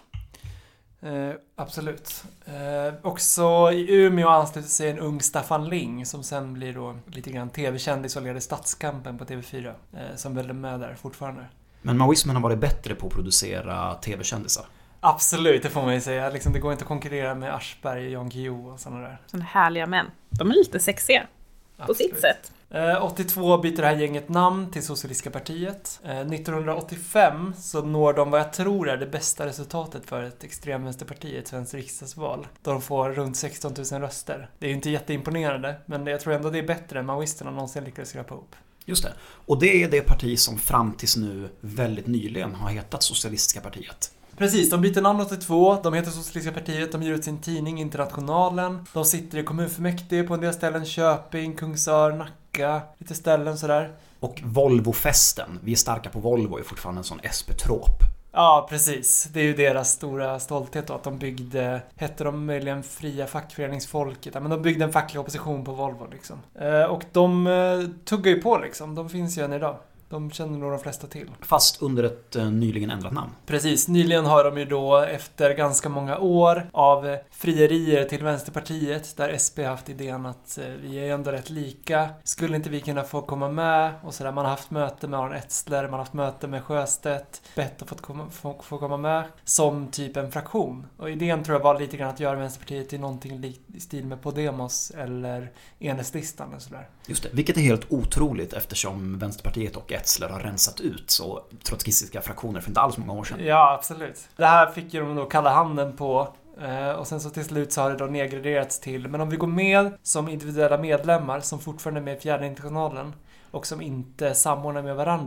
Speaker 1: Absolut. Också i Umeå ansluter sig en ung Staffan Ling som sen blir då lite grann tv-kändis och leder Stadskampen på TV4 som väl är med där fortfarande.
Speaker 2: Men maoismen har varit bättre på att producera tv-kändisar.
Speaker 1: Absolut, det får man ju säga. Liksom, det går inte att konkurrera med Aschberg, Jan Guillou och sådana där.
Speaker 6: Såna härliga män. De är lite sexiga. På sitt sätt.
Speaker 1: 82 byter det här gänget namn till Socialistiska partiet. 1985 så når de vad jag tror är det bästa resultatet för ett extremvänsterparti i ett svenskt riksdagsval. Då de får runt 16 000 röster. Det är ju inte jätteimponerande, men jag tror ändå det är bättre än maoisterna någonsin lyckades skrapa ihop.
Speaker 2: Just det. Och det är det parti som fram tills nu väldigt nyligen har hetat Socialistiska partiet.
Speaker 1: Precis, de byter namn 82, de heter Socialistiska partiet, de ger ut sin tidning Internationalen. De sitter i kommunfullmäktige på en del ställen, Köping, Kungsör, Nacka, lite ställen sådär.
Speaker 2: Och Volvo-festen, vi är starka på Volvo, är fortfarande en sån SP-trop.
Speaker 1: Ja, precis. Det är ju deras stora stolthet då, att de byggde, hette de möjligen Fria fackföreningsfolket, men de byggde en facklig opposition på Volvo liksom. Och de tuggar ju på liksom, de finns ju än idag. De känner nog de flesta till.
Speaker 2: Fast under ett nyligen ändrat namn.
Speaker 1: Precis, nyligen har de ju då efter ganska många år av frierier till Vänsterpartiet där SP haft idén att vi är ändå rätt lika. Skulle inte vi kunna få komma med? Och sådär, man har haft möte med Aron Etzler, man har haft möte med Sjöstedt, bett att få komma med som typ en fraktion. Och idén tror jag var lite grann att göra Vänsterpartiet till någonting i stil med Podemos eller Enhetslistan och sådär.
Speaker 2: Just det, vilket är helt otroligt eftersom Vänsterpartiet och Etzler har rensat ut så trotskistiska fraktioner för inte alls många år sedan.
Speaker 1: Ja, absolut. Det här fick ju de då kalla handen på och sen så till slut så har det då nedgraderats till, men om vi går med som individuella medlemmar som fortfarande är med i Fjärde internationalen och som inte samordnar med varandra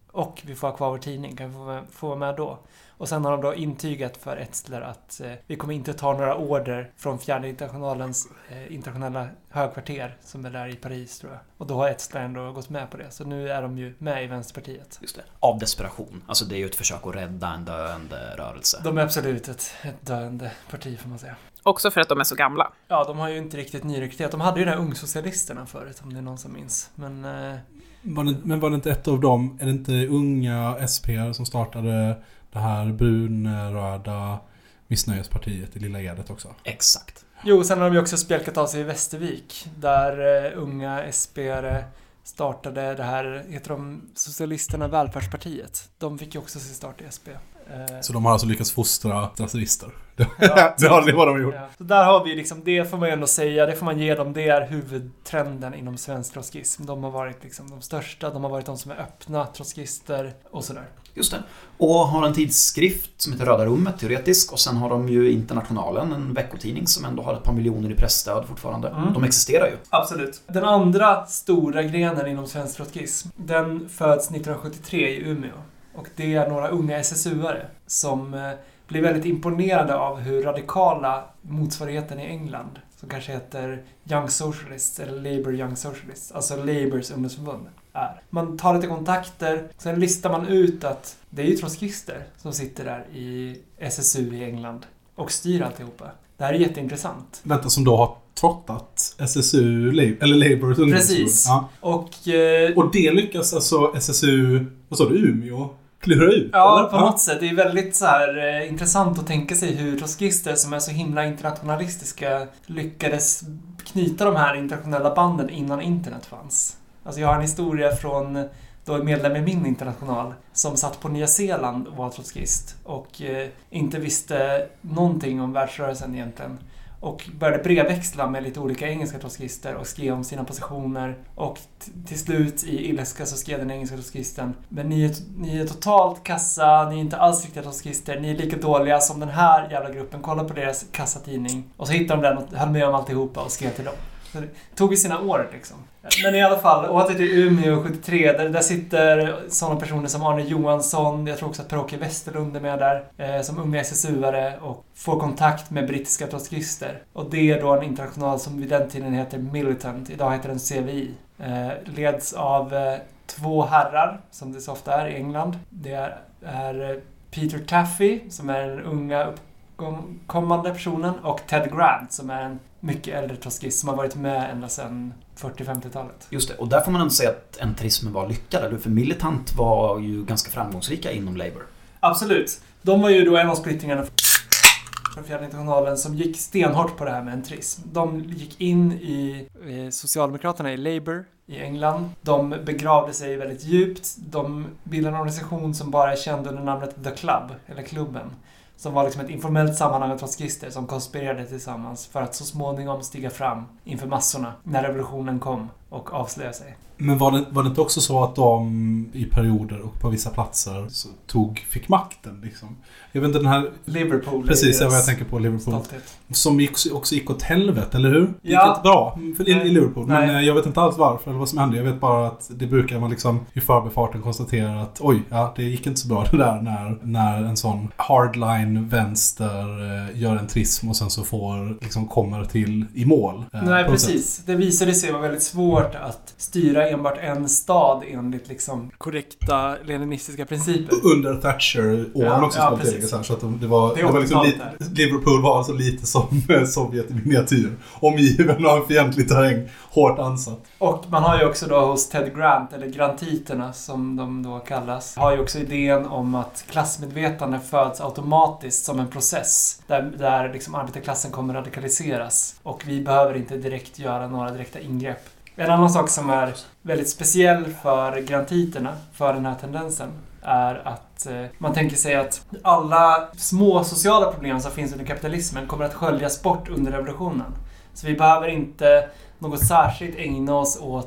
Speaker 1: Och vi får ha kvar vår tidning, kan vi få vara med då? Och sen har de då intygat för Etzler att vi kommer inte ta några order från Fjärde internationalens internationella högkvarter som är där i Paris, tror jag. Och då har Etzler ändå gått med på det. Så nu är de ju med i Vänsterpartiet.
Speaker 2: Just det. Av desperation. Alltså det är ju ett försök att rädda en döende rörelse.
Speaker 1: De är absolut ett döende parti, får man säga.
Speaker 6: Också för att de är så gamla.
Speaker 1: Ja, de har ju inte riktigt nyrekryterat. De hade ju de här ungsocialisterna förut, om det är någon som minns. Men
Speaker 3: var det inte ett av dem, är det inte unga SP:ar som startade det här brunröda missnöjespartiet i Lilla Edet också?
Speaker 2: Exakt.
Speaker 1: Jo, sen har de ju också spjälkat av sig i Västervik. Där unga SP:are startade det här, heter de Socialisterna Välfärdspartiet. De fick ju också sin start i SP.
Speaker 3: Så de har alltså lyckats fostra rasister.
Speaker 1: Ja,
Speaker 3: det har de gjort.
Speaker 1: Ja. Så där har vi liksom, det får man ju ändå säga, det får man ge dem, det är huvudtrenden inom svensk trotskism. De har varit liksom de största, de har varit de som är öppna trotskister och sådär.
Speaker 2: Just det. Och har en tidskrift som heter Röda rummet, teoretisk. Och sen har de ju Internationalen, en veckotidning som ändå har ett par miljoner i pressstöd fortfarande. De existerar ju.
Speaker 1: Absolut. Den andra stora grenen inom svensk trotskism, den föds 1973 i Umeå. Och det är några unga SSU-are som blir väldigt imponerade av hur radikala motsvarigheten i England, som kanske heter Young Socialists eller Labour Young Socialists, alltså Labours ungdomsförbund, är. Man tar lite kontakter, sen listar man ut att det är ju trotskister som sitter där i SSU i England och styr alltihopa. Det här är jätteintressant.
Speaker 3: Vänta, som då har trottat SSU, eller Labours ungdomsförbund.
Speaker 1: Precis.
Speaker 3: Ja.
Speaker 1: Och
Speaker 3: det lyckas alltså SSU, vad sa du, Umeå, klura ut?
Speaker 1: Ja,
Speaker 3: eller?
Speaker 1: på något sätt. Det är väldigt så här intressant att tänka sig hur trotskister som är så himla internationalistiska lyckades knyta de här internationella banden innan internet fanns. Alltså jag har en historia från då medlem i min international som satt på Nya Zeeland och var trotskist och inte visste någonting om världsrörelsen egentligen. Och började brevväxla med lite olika engelska trotskister och skrev om sina positioner. Och till slut i ilska så skrev den engelska trotskisten: men ni är totalt kassa, ni är inte alls riktiga trotskister, ni är lika dåliga som den här jävla gruppen, kolla på deras kassatidning. Och så hittade de den och höll med om alltihopa och skrev till dem. Så det tog ju sina år liksom. Men i alla fall, åter till Umeå 73, där sitter sådana personer som Arne Johansson, jag tror också att Per-Åke Westerlund är med där, som unga SSU-are och får kontakt med brittiska trotskister. Och det är då en international som vid den tiden heter Militant, idag heter den CVI. Leds av två herrar, som det så ofta är i England. Det är Peter Taffy, som är den unga uppkommande personen, och Ted Grant, som är en mycket äldre trotskist som har varit med ända sedan 40-50-talet.
Speaker 2: Just det, och där får man ändå säga att entrismen var lyckad, eller? För Militant var ju ganska framgångsrika inom Labour.
Speaker 1: Absolut. De var ju då en av splittringarna från Fjärde internationalen som gick stenhårt på det här med entrism. De gick in i Socialdemokraterna i Labour i England. De begravde sig väldigt djupt. De bildade en organisation som bara är känd under namnet The Club, eller klubben. Som var liksom ett informellt sammanhang av trotskister som konspirerade tillsammans för att så småningom stiga fram inför massorna när revolutionen kom och avslöja sig.
Speaker 3: Men var det inte också så att de i perioder och på vissa platser så fick makten liksom? Jag vet inte, den här
Speaker 1: Liverpool.
Speaker 3: Precis, jag tänker på Liverpool.
Speaker 1: Stolthet.
Speaker 3: Som också gick åt helvete, eller hur? Det gick inte bra i Liverpool.
Speaker 1: Nej.
Speaker 3: Men jag vet inte alls varför eller vad som hände. Jag vet bara att det brukar man liksom i förbifarten konstatera att oj, ja, det gick inte så bra det där när en sån hardline vänster gör en trism och sen så kommer till i mål.
Speaker 1: Nej, precis. Det visade sig vara väldigt svårt att styra enbart en stad enligt liksom korrekta leninistiska principer.
Speaker 3: Under Thatcher-åren också.
Speaker 1: Ja, precis.
Speaker 3: Så att det var liksom Liverpool var så lite som Sovjet i miniatyr. Omgiven av en fientlig terräng, hårt ansatt.
Speaker 1: Och man har ju också då hos Ted Grant, eller grantiterna som de då kallas, har ju också idén om att klassmedvetande föds automatiskt som en process där liksom arbetarklassen kommer radikaliseras och vi behöver inte direkt göra några direkta ingrepp. En annan sak som är väldigt speciell för grantiterna, för den här tendensen, är att man tänker sig att alla små sociala problem som finns under kapitalismen kommer att sköljas bort under revolutionen. Så vi behöver inte något särskilt ägna oss åt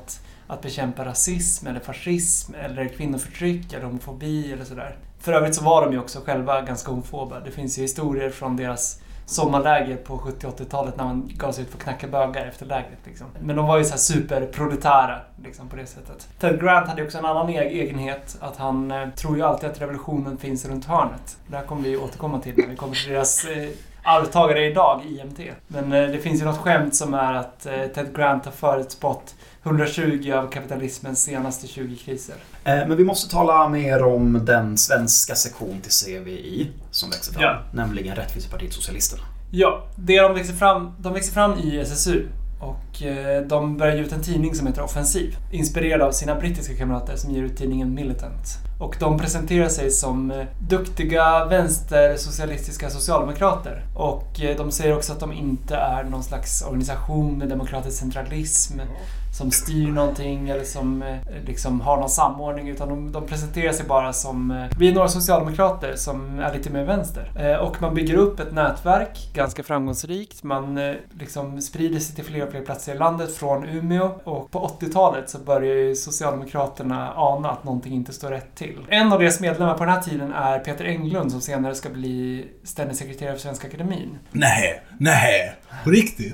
Speaker 1: att bekämpa rasism eller fascism eller kvinnoförtryck eller homofobi eller sådär. För övrigt så var de ju också själva ganska homofoba. Det finns ju historier från deras sommarläger på 70-80-talet när man gav sig ut för att knacka bögar efter lägret. Liksom. Men de var ju så här superproletära liksom, på det sättet. Ted Grant hade också en annan egenhet, att han tror ju alltid att revolutionen finns runt hörnet. Det här kommer vi återkomma till när vi kommer till deras arvtagare idag, IMT. Men det finns ju något skämt som är att Ted Grant har förutspått 120 av kapitalismens senaste 20 kriser.
Speaker 2: Men vi måste tala mer om den svenska sektion till CVI som växer fram, nämligen Rättvisepartiet Socialisterna.
Speaker 1: Ja, de växer fram i SSU och de börjar ge ut en tidning som heter Offensiv, inspirerad av sina brittiska kamrater som ger ut tidningen Militant. Och de presenterar sig som duktiga vänstersocialistiska socialdemokrater. Och de säger också att de inte är någon slags organisation med demokratisk centralism som styr någonting eller som liksom har någon samordning, utan de presenterar sig bara som vi är några socialdemokrater som är lite mer vänster. Och man bygger upp ett nätverk ganska framgångsrikt. Man liksom sprider sig till fler och fler platser i landet från Umeå, och på 80-talet så börjar ju Socialdemokraterna ana att någonting inte står rätt till. En av deras medlemmar på den här tiden är Peter Englund som senare ska bli ständig sekreterare för Svenska Akademin.
Speaker 3: Nej, på riktigt?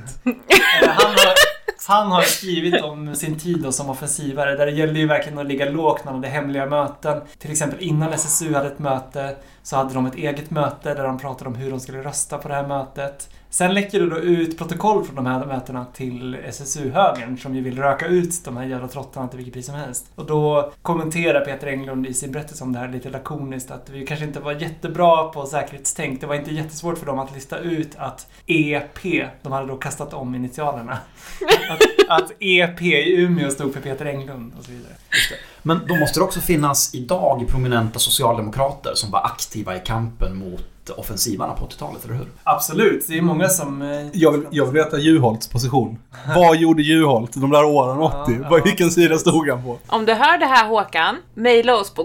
Speaker 1: Han har skrivit om sin tid då som offensivare, där det gällde ju verkligen att ligga lågt när de hade hemliga möten. Till exempel innan SSU hade ett möte så hade de ett eget möte där de pratade om hur de skulle rösta på det här mötet. Sen läcker det då ut protokoll från de här mötena till SSU-högern som ju vill röka ut de här jävla trottarna till vilket pris som helst. Och då kommenterar Peter Englund i sin berättelse om det här lite lakoniskt att vi kanske inte var jättebra på säkerhetstänk. Det var inte jättesvårt för dem att lista ut att EP, de hade då kastat om initialerna. Att EP i Umeå stod för Peter Englund och så vidare.
Speaker 2: Just det. Men då måste det också finnas idag prominenta socialdemokrater som var aktiva i kampen mot offensivarna på 80-talet, eller hur?
Speaker 1: Absolut, det är många som...
Speaker 3: Jag vill veta Juholts position. Vad gjorde Juholt de där åren 80? Vilken sida stod han på?
Speaker 6: Om du hör det här, Håkan, mejla oss på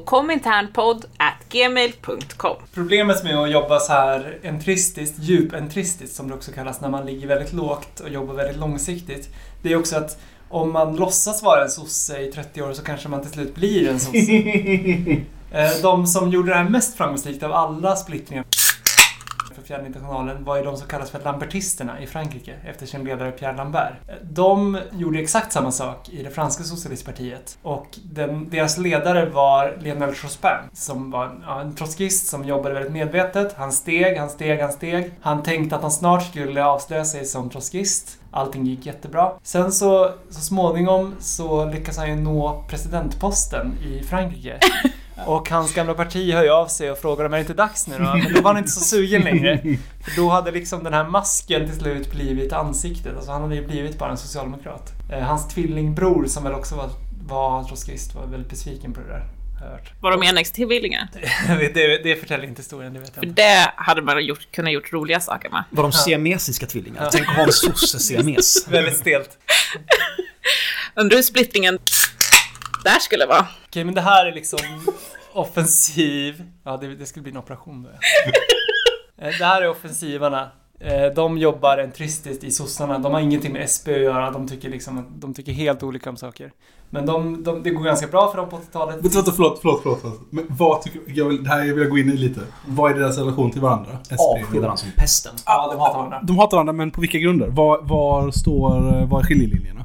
Speaker 6: kominternpodd@gmail.com.
Speaker 1: Problemet med att jobba så här entristiskt, djupentristiskt som det också kallas, när man ligger väldigt lågt och jobbar väldigt långsiktigt, det är också att om man låtsas vara en sosse i 30 år så kanske man till slut blir en sosse. De som gjorde det här mest framgångsrikt av alla splittringar för Fjärde internationalen var ju de som kallas för lambertisterna i Frankrike efter sin ledare Pierre Lambert. De gjorde exakt samma sak i det franska socialistpartiet, och deras ledare var Lionel Jospin som var en trotskist som jobbade väldigt medvetet. Han steg. Han tänkte att han snart skulle avslöja sig som trotskist. Allting gick jättebra. Sen så småningom så lyckas han ju nå presidentposten i Frankrike. Och hans gamla parti hör ju av sig och frågar om det inte dags nu då. Men då var han inte så sugen längre. För då hade liksom den här masken till slut blivit ansiktet. Alltså han hade ju blivit bara en socialdemokrat. Hans tvillingbror som väl också var trotskist var väldigt besviken på det där.
Speaker 6: Var de enäggstvillingar?
Speaker 1: Det förtäller inte historien, det vet jag.
Speaker 6: För det hade man kunnat gjort roliga saker med.
Speaker 2: Var de siamesiska tvillingar? Tänk att ha en sosse-siames.
Speaker 1: Väldigt stelt.
Speaker 6: Undrar hur splittringen där skulle vara.
Speaker 1: Okej, men det här är liksom offensiv. Ja, det skulle bli en operation då. Det här är offensivarna. De jobbar entristiskt i sossarna. De har ingenting med SB att göra. De tycker helt olika om saker. Men det går ganska bra för dem på 80-talet.
Speaker 3: Förlåt. Men vad tycker det här vill jag gå in i lite. Vad är deras relation till varandra?
Speaker 2: Avskyr varandra som pesten.
Speaker 1: Ja, de hatar varandra.
Speaker 3: De hatar varandra, men på vilka grunder? Var är skiljelinjerna?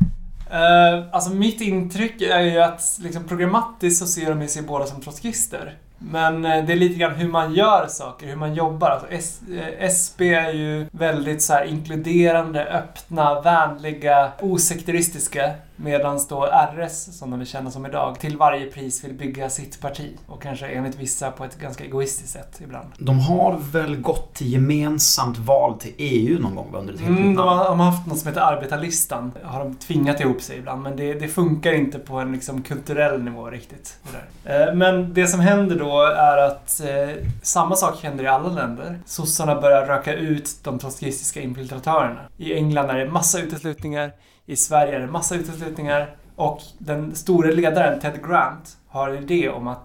Speaker 1: Alltså mitt intryck är ju att liksom programmatiskt så ser de sig båda som trotskister. Men det är lite grann hur man gör saker, hur man jobbar. Alltså SB är ju väldigt så här inkluderande, öppna, vänliga, osekteristiska. Medan då RS, som de vill känna som idag, till varje pris vill bygga sitt parti. Och kanske enligt vissa på ett ganska egoistiskt sätt ibland.
Speaker 2: De har väl gått till gemensamt val till EU någon gång under ett helt nytt namn?
Speaker 1: De har haft något som heter Arbetarlistan. Har de tvingat ihop sig ibland. Men det funkar inte på en liksom kulturell nivå riktigt. Det där. Men det som händer då är att samma sak händer i alla länder. Sossarna börjar röka ut de trotskistiska infiltratörerna. I England är det massa uteslutningar. I Sverige är det massa uteslutningar. Och den stora ledaren Ted Grant har en idé om att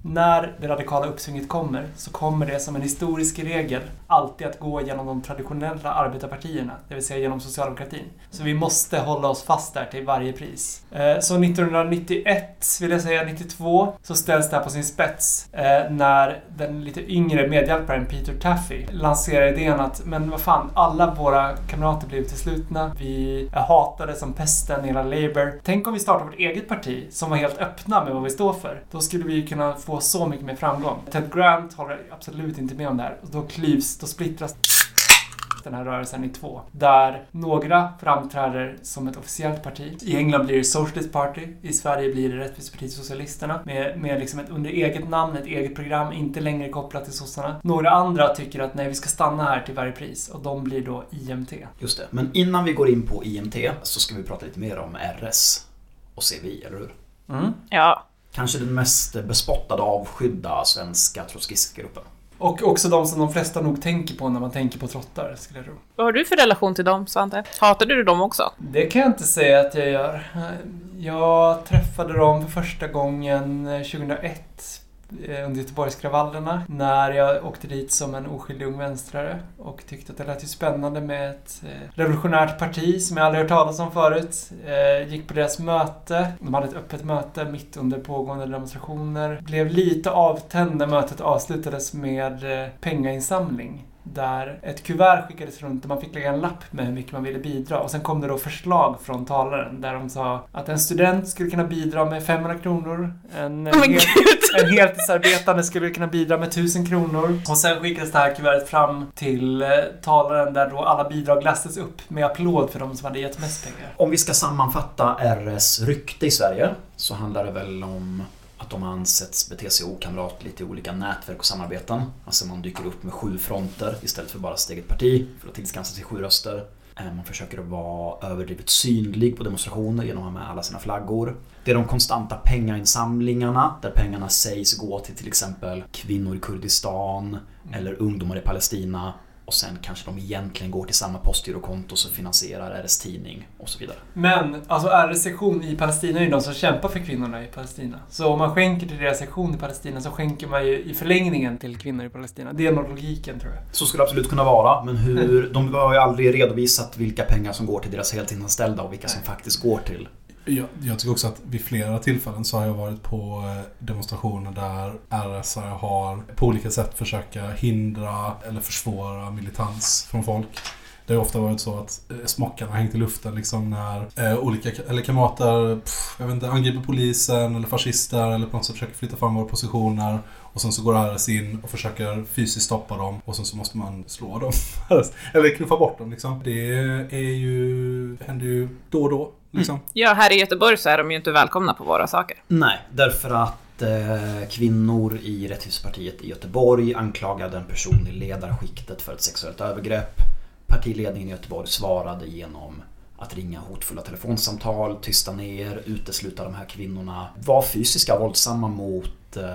Speaker 1: när det radikala uppsvinget kommer så kommer det som en historisk regel alltid att gå genom de traditionella arbetarpartierna, det vill säga genom socialdemokratin. Så vi måste hålla oss fast där till varje pris. Så 1991, vill jag säga 92, så ställs det här på sin spets när den lite yngre medhjälparen Peter Taffy lanserar idén att men vad fan, alla våra kamrater blev uteslutna, vi är hatade som pesten i hela Labour. Tänk om vi startar vårt eget parti som var helt öppna med vad vi står för. Då skulle vi kunna få så mycket mer framgång. Ted Grant håller absolut inte med om det här. Och då splittras den här rörelsen i två. Där några framträder som ett officiellt parti. I England blir det Socialist Party. I Sverige blir det Rättvisepartiet Socialisterna. Med liksom ett under eget namn, ett eget program, inte längre kopplat till sossarna. Några andra tycker att nej, vi ska stanna här till varje pris. Och de blir då IMT.
Speaker 2: Just det, men innan vi går in på IMT så ska vi prata lite mer om RS och CVI, eller hur?
Speaker 6: Mm. Ja.
Speaker 2: Kanske den mest bespottade avskydda svenska trotskistgruppen.
Speaker 1: Och också de som de flesta nog tänker på när man tänker på trottar, skulle jag tro.
Speaker 6: Vad har du för relation till dem, Svante? Hatade du dem också?
Speaker 1: Det kan jag inte säga att jag gör. Jag träffade dem för första gången 2001 under Göteborgskravallerna när jag åkte dit som en oskyldig ung vänstrare och tyckte att det lät ju spännande med ett revolutionärt parti som jag aldrig hört talas om förut. Gick på deras möte. De hade ett öppet möte mitt under pågående demonstrationer. Blev lite avtänd när mötet avslutades med pengainsamling. Där ett kuvert skickades runt och man fick lägga en lapp med hur mycket man ville bidra. Och sen kom det då förslag från talaren där de sa att en student skulle kunna bidra med 500 kronor. En heltidsarbetande skulle kunna bidra med 1000 kronor. Och sen skickades det här kuvertet fram till talaren där då alla bidrag lästes upp med applåd för de som hade gett mest pengar.
Speaker 2: Om vi ska sammanfatta RS rykte i Sverige så handlar det väl om att de har ansetts bete sig okamratligt i olika nätverk och samarbeten. Alltså man dyker upp med 7 fronter istället för bara sitt eget parti för att tillskansa sig 7 röster. Man försöker att vara överdrivet synlig på demonstrationer genom att ha med alla sina flaggor. Det är de konstanta pengainsamlingarna där pengarna sägs gå till exempel kvinnor i Kurdistan eller ungdomar i Palestina. Och sen kanske de egentligen går till samma postgirokonto som finansierar RS tidning och så vidare.
Speaker 1: Men alltså RS sektion i Palestina är ju de som kämpar för kvinnorna i Palestina. Så om man skänker till deras sektion i Palestina så skänker man ju i förlängningen till kvinnor i Palestina. Det är nog logiken, tror jag.
Speaker 2: Så skulle det absolut kunna vara, men de har ju aldrig redovisat vilka pengar som går till deras heltidsanställda och vilka som faktiskt går till.
Speaker 3: Jag tycker också att vid flera tillfällen så har jag varit på demonstrationer där RS har på olika sätt försöka hindra eller försvåra militans från folk. Det har ofta varit så att smockarna har hängt i luften liksom när olika eller kamrater angriper polisen eller fascister eller på något sätt försöker flytta fram våra positioner. Och sen så går RS in och försöker fysiskt stoppa dem. Och sen så måste man slå dem. Eller knuffa bort dem liksom. Det händer ju då och då liksom.
Speaker 6: Ja, här i Göteborg så är de ju inte välkomna på våra saker.
Speaker 2: Nej, därför att kvinnor i Rättvisepartiet i Göteborg anklagade en person i ledarskiktet för ett sexuellt övergrepp. Partiledningen i Göteborg svarade genom att ringa hotfulla telefonsamtal, tysta ner, utesluta de här kvinnorna. Var fysiska våldsamma mot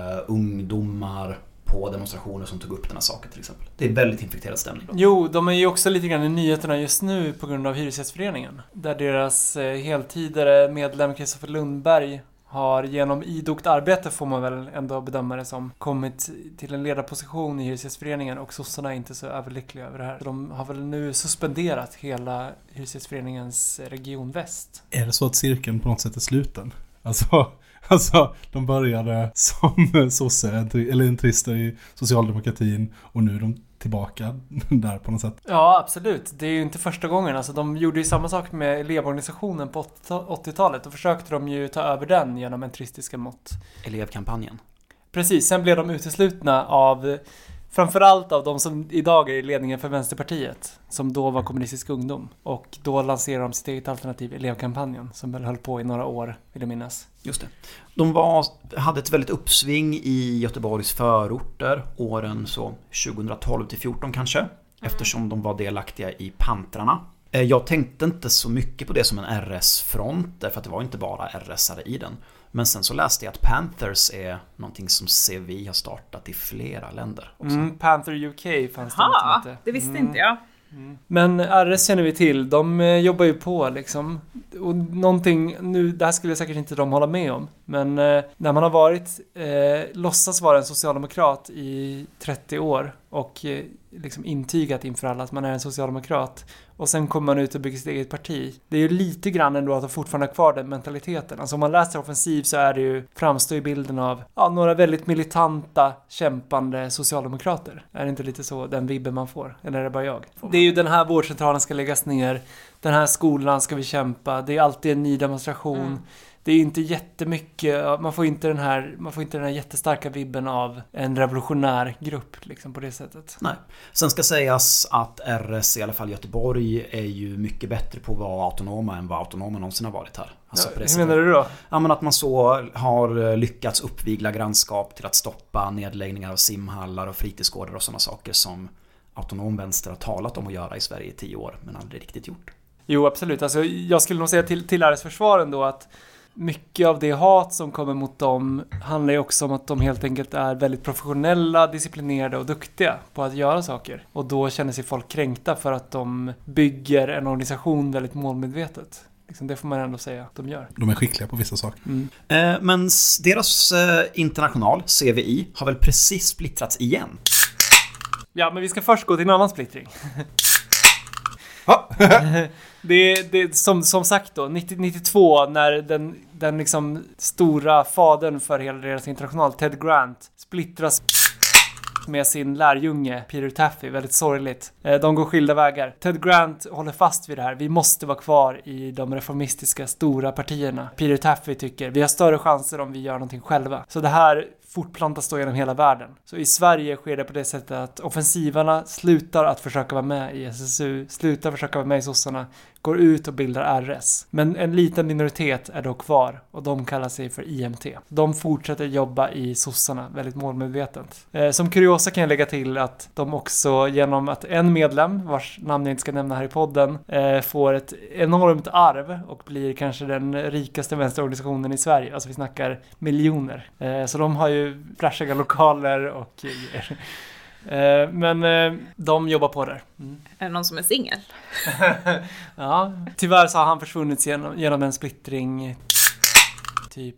Speaker 2: ungdomar på demonstrationer som tog upp den här saken till exempel. Det är väldigt infekterad stämning.
Speaker 1: Jo, de är ju också lite grann i nyheterna just nu på grund av Hyresgästföreningen. Där deras heltidare medlem Kristoffer Lundberg har genom idogt arbete, får man väl ändå bedöma det som, kommit till en ledarposition i Hyresgästföreningen och sossarna är inte så överlyckliga över det här. De har väl nu suspenderat hela Hyresgästföreningens region väst.
Speaker 3: Är det så att cirkeln på något sätt är sluten? Alltså, de började som sosse eller entrister i socialdemokratin och nu är de tillbaka där på något sätt.
Speaker 1: Ja, absolut. Det är ju inte första gången. Alltså, de gjorde ju samma sak med elevorganisationen på 80-talet och försökte de ju ta över den genom entristiska mått.
Speaker 2: Elevkampanjen.
Speaker 1: Precis, sen blev de uteslutna av framförallt av de som idag är i ledningen för Vänsterpartiet, som då var kommunistisk ungdom. Och då lanserade de sitt eget alternativ, elevkampanjen, som väl höll på i några år, vill jag minnas.
Speaker 2: Just det. De hade ett väldigt uppsving i Göteborgs förorter åren så 2012 till 2014 kanske, eftersom de var delaktiga i Pantrarna. Jag tänkte inte så mycket på det som en RS-front, därför att det var inte bara RS-are i den. Men sen så läste jag att Panthers är någonting som CVI har startat i flera länder också.
Speaker 1: Panther UK fanns det
Speaker 6: inte. Det visste inte jag.
Speaker 1: Men RS känner vi till, de jobbar ju på liksom. Och någonting, nu, det här skulle säkert inte de hålla med om. Men när man har varit, låtsas vara en socialdemokrat i 30 år och liksom intygat inför alla att man är en socialdemokrat. Och sen kommer man ut och bygger sitt eget parti. Det är ju lite grann ändå att de fortfarande har kvar den mentaliteten. Alltså om man läser Offensiv så är det ju, framstår ju bilden av några väldigt militanta, kämpande socialdemokrater. Är det inte lite så den vibben man får? Eller är det bara jag? Det är ju den här vårdcentralen ska läggas ner. Den här skolan ska vi kämpa. Det är alltid en ny demonstration. Det är inte jättemycket, man får inte den här jättestarka vibben av en revolutionär grupp liksom på det sättet.
Speaker 2: Nej. Sen ska sägas att RS, i alla fall Göteborg, är ju mycket bättre på att vara autonoma än vad autonoma någonsin har varit här. Alltså
Speaker 1: hur menar du då?
Speaker 2: Ja, men att man så har lyckats uppvigla grannskap till att stoppa nedläggningar av simhallar och fritidsgårdar och sådana saker som autonom vänster har talat om att göra i Sverige i 10 år men aldrig riktigt gjort.
Speaker 1: Jo, absolut. Alltså, jag skulle nog säga till RS försvar ändå att mycket av det hat som kommer mot dem handlar ju också om att de helt enkelt är väldigt professionella, disciplinerade och duktiga på att göra saker. Och då känner sig folk kränkta för att de bygger en organisation väldigt målmedvetet. Liksom det får man ändå säga att de gör.
Speaker 3: De är skickliga på vissa saker.
Speaker 2: Men deras international, CVI, har väl precis splittrats igen.
Speaker 1: Ja, men vi ska först gå till en annan splittring. Det som sagt då 92 när den liksom stora fadern för hela deras international, Ted Grant, splittras med sin lärjunge Peter Taffy, väldigt sorgligt. De går skilda vägar. Ted Grant håller fast vid det här. Vi måste vara kvar i de reformistiska stora partierna. Peter Taffy tycker vi har större chanser om vi gör någonting själva. Så det här fortplantas då genom hela världen. Så i Sverige sker det på det sättet att offensivarna slutar att försöka vara med i SSU, slutar försöka vara med i sossarna, går ut och bildar RS. Men en liten minoritet är då kvar och de kallar sig för IMT. De fortsätter jobba i sossarna väldigt målmedvetet. Som kuriosa kan jag lägga till att de också genom att en medlem, vars namn jag inte ska nämna här i podden, får ett enormt arv och blir kanske den rikaste vänsterorganisationen i Sverige. Alltså vi snackar miljoner. Så de har ju flashiga lokaler och men de jobbar på där.
Speaker 6: Är det någon som är singel?
Speaker 1: Ja, tyvärr så har han försvunnit genom en splittring typ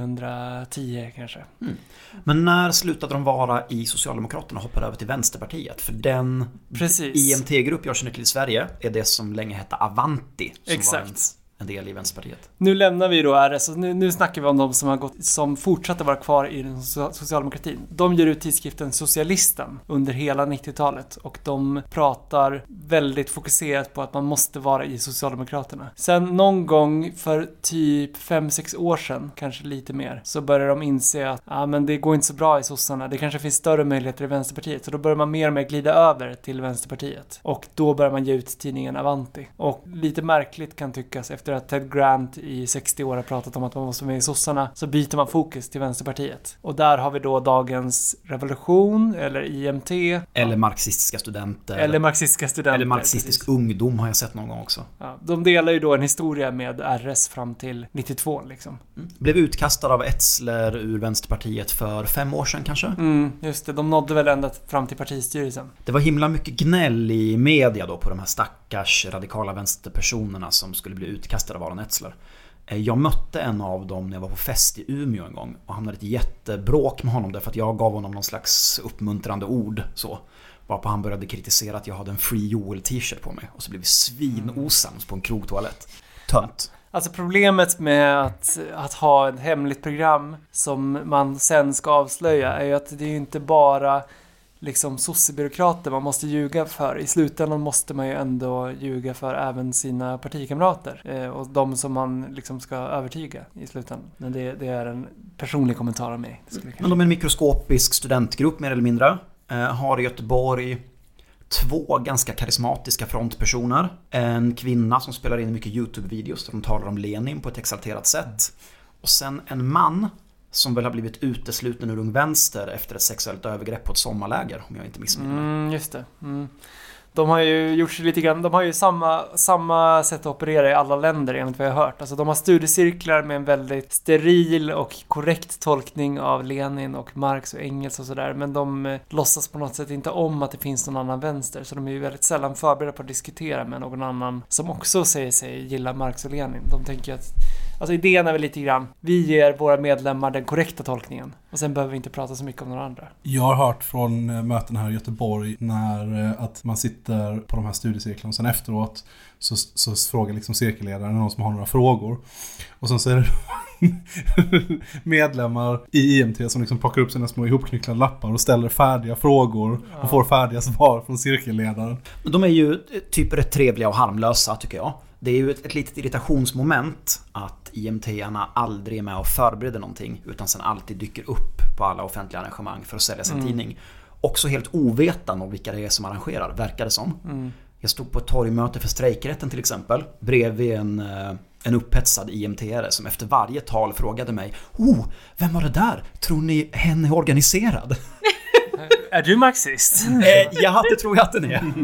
Speaker 1: 2010 kanske.
Speaker 2: Men när slutade de vara i Socialdemokraterna och hoppade över till Vänsterpartiet? För den IMT-grupp jag känner till i Sverige är det som länge hette Avanti. Som
Speaker 1: exakt.
Speaker 2: Var en del i Vänsterpartiet.
Speaker 1: Nu lämnar vi då RS och nu snackar vi om de som fortsatte vara kvar i den socialdemokratin. De ger ut tidskriften Socialisten under hela 90-talet och de pratar väldigt fokuserat på att man måste vara i Socialdemokraterna. Sen någon gång för typ 5-6 år sedan, kanske lite mer, så börjar de inse att men det går inte så bra i sossarna. Det kanske finns större möjligheter i Vänsterpartiet. Så då börjar man mer och mer glida över till Vänsterpartiet. Och då börjar man ge ut tidningen Avanti. Och lite märkligt kan tyckas efter att Ted Grant i 60 år har pratat om att man måste vara med i sossarna, så byter man fokus till Vänsterpartiet. Och där har vi då dagens revolution, eller IMT.
Speaker 2: Eller marxistiska studenter.
Speaker 1: Eller marxistisk
Speaker 2: precis. Ungdom har jag sett någon gång också.
Speaker 1: Ja, de delar ju då en historia med RS fram till 92 liksom.
Speaker 2: Blev utkastad av Etzler ur Vänsterpartiet för 5 år sedan kanske?
Speaker 1: Just det, de nådde väl ända fram till partistyrelsen.
Speaker 2: Det var himla mycket gnäll i media då på de här stackars radikala vänsterpersonerna som skulle bli utkastade av Aron Etzler. Jag mötte en av dem när jag var på fest i Umeå en gång och hamnade ett jättebråk med honom därför att jag gav honom någon slags uppmuntrande ord så. Varpå han började kritisera att jag hade en Free Joel t-shirt på mig och så blev vi svinosams på en krogtoalett. Tönt.
Speaker 1: Alltså problemet med att ha ett hemligt program som man sen ska avslöja är ju att det är ju inte bara liksom sossebyråkrater man måste ljuga för. I slutändan måste man ju ändå ljuga för även sina partikamrater och de som man liksom ska övertyga i slutändan. Men det är en personlig kommentar av mig.
Speaker 2: Men de är en mikroskopisk studentgrupp mer eller mindre. Har i Göteborg 2 ganska karismatiska frontpersoner. En kvinna som spelar in mycket YouTube-videos där de talar om Lenin på ett exalterat sätt. Och sen en man som väl har blivit utesluten ur Ung Vänster efter ett sexuellt övergrepp på ett sommarläger, om jag inte missminner mig.
Speaker 1: Just det. De har ju gjort sig lite grann, de har ju samma sätt att operera i alla länder enligt vad jag har hört. Alltså de har studiecirklar med en väldigt steril och korrekt tolkning av Lenin och Marx och Engels och sådär. Men de låtsas på något sätt inte om att det finns någon annan vänster. Så de är ju väldigt sällan förberedda på att diskutera med någon annan som också säger sig gilla Marx och Lenin. De tänker att, alltså idén är väl lite grann, vi ger våra medlemmar den korrekta tolkningen. Och sen behöver vi inte prata så mycket om några andra.
Speaker 3: Jag har hört från möten här i Göteborg när att man sitter på de här studiecirklarna och sen efteråt så frågar liksom cirkelledaren någon som har några frågor. Och sen så är det medlemmar i IMT som liksom plockar upp sina små ihopknycklade lappar och ställer färdiga frågor och får färdiga svar från cirkelledaren.
Speaker 2: Men de är ju typ rätt trevliga och harmlösa tycker jag. Det är ju ett litet irritationsmoment att IMT-arna aldrig är med och förbereder någonting utan sen alltid dyker upp på alla offentliga arrangemang för att sälja sin tidning. Också helt ovetande om vilka det är som arrangerar, verkar det som. Jag stod på ett torgmöte för strejkrätten till exempel, bredvid en upphetsad IMT-are som efter varje tal frågade mig: vem var det där? Tror ni hen är organiserad?
Speaker 1: Är du marxist?
Speaker 2: Ja, det tror jag att den är.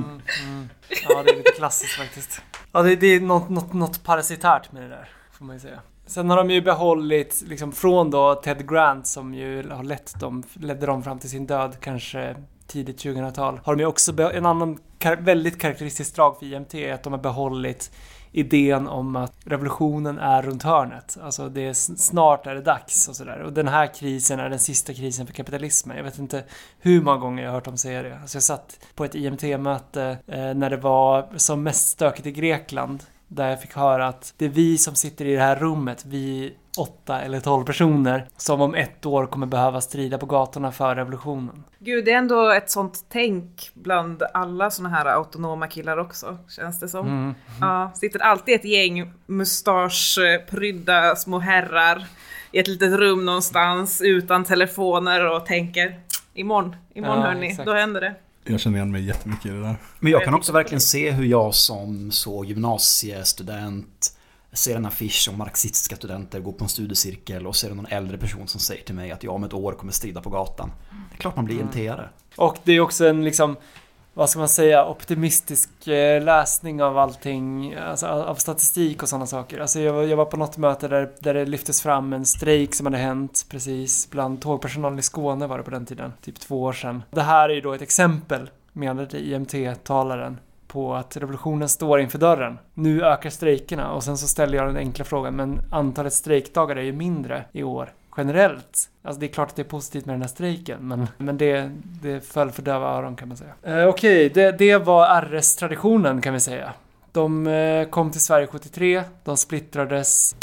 Speaker 1: Ja, det är lite klassiskt faktiskt. Ja, det är något parasitärt med det där, får man ju säga. Sen har de ju behållit, liksom från då Ted Grant som ju har ledde dem fram till sin död, kanske tidigt 2000-tal. Har de ju också en annan väldigt karaktäristisk drag för IMT är att de har behållit idén om att revolutionen är runt hörnet. Alltså snart är det dags och sådär. Och den här krisen är den sista krisen för kapitalismen. Jag vet inte hur många gånger jag har hört dem säga det. Alltså jag satt på ett IMT-möte när det var som mest stökigt i Grekland. Där jag fick höra att det är vi som sitter i det här rummet, vi 8 eller 12 personer, som om 1 år kommer behöva strida på gatorna för revolutionen.
Speaker 6: Gud, det är ändå ett sånt tänk bland alla såna här autonoma killar också, känns det som. Ja, sitter alltid ett gäng mustaschprydda små herrar i ett litet rum någonstans utan telefoner och tänker imorgon hörni, exakt. Då händer det.
Speaker 3: Jag känner igen mig jättemycket i det där.
Speaker 2: Men jag kan också verkligen se hur jag som så gymnasiestudent ser en affisch om marxistiska studenter går på en studiecirkel och ser någon äldre person som säger till mig att jag om ett år kommer strida på gatan. Det är klart man blir IMT-are.
Speaker 1: Och det är också en liksom, vad ska man säga, optimistisk läsning av allting, alltså av statistik och sådana saker. Alltså jag var på något möte där det lyftes fram en strejk som hade hänt precis bland tågpersonal i Skåne, var det på den tiden, typ 2 år sedan. Det här är ju då ett exempel, menade IMT-talaren, på att revolutionen står inför dörren. Nu ökar strejkerna, och sen så ställer jag den enkla frågan, men antalet strejkdagar är ju mindre i år generellt. Alltså det är klart att det är positivt med den här strejken, men det föll för döva öron, kan man säga. Okej, det var RS-traditionen, kan vi säga. De kom till Sverige 73, de splittrades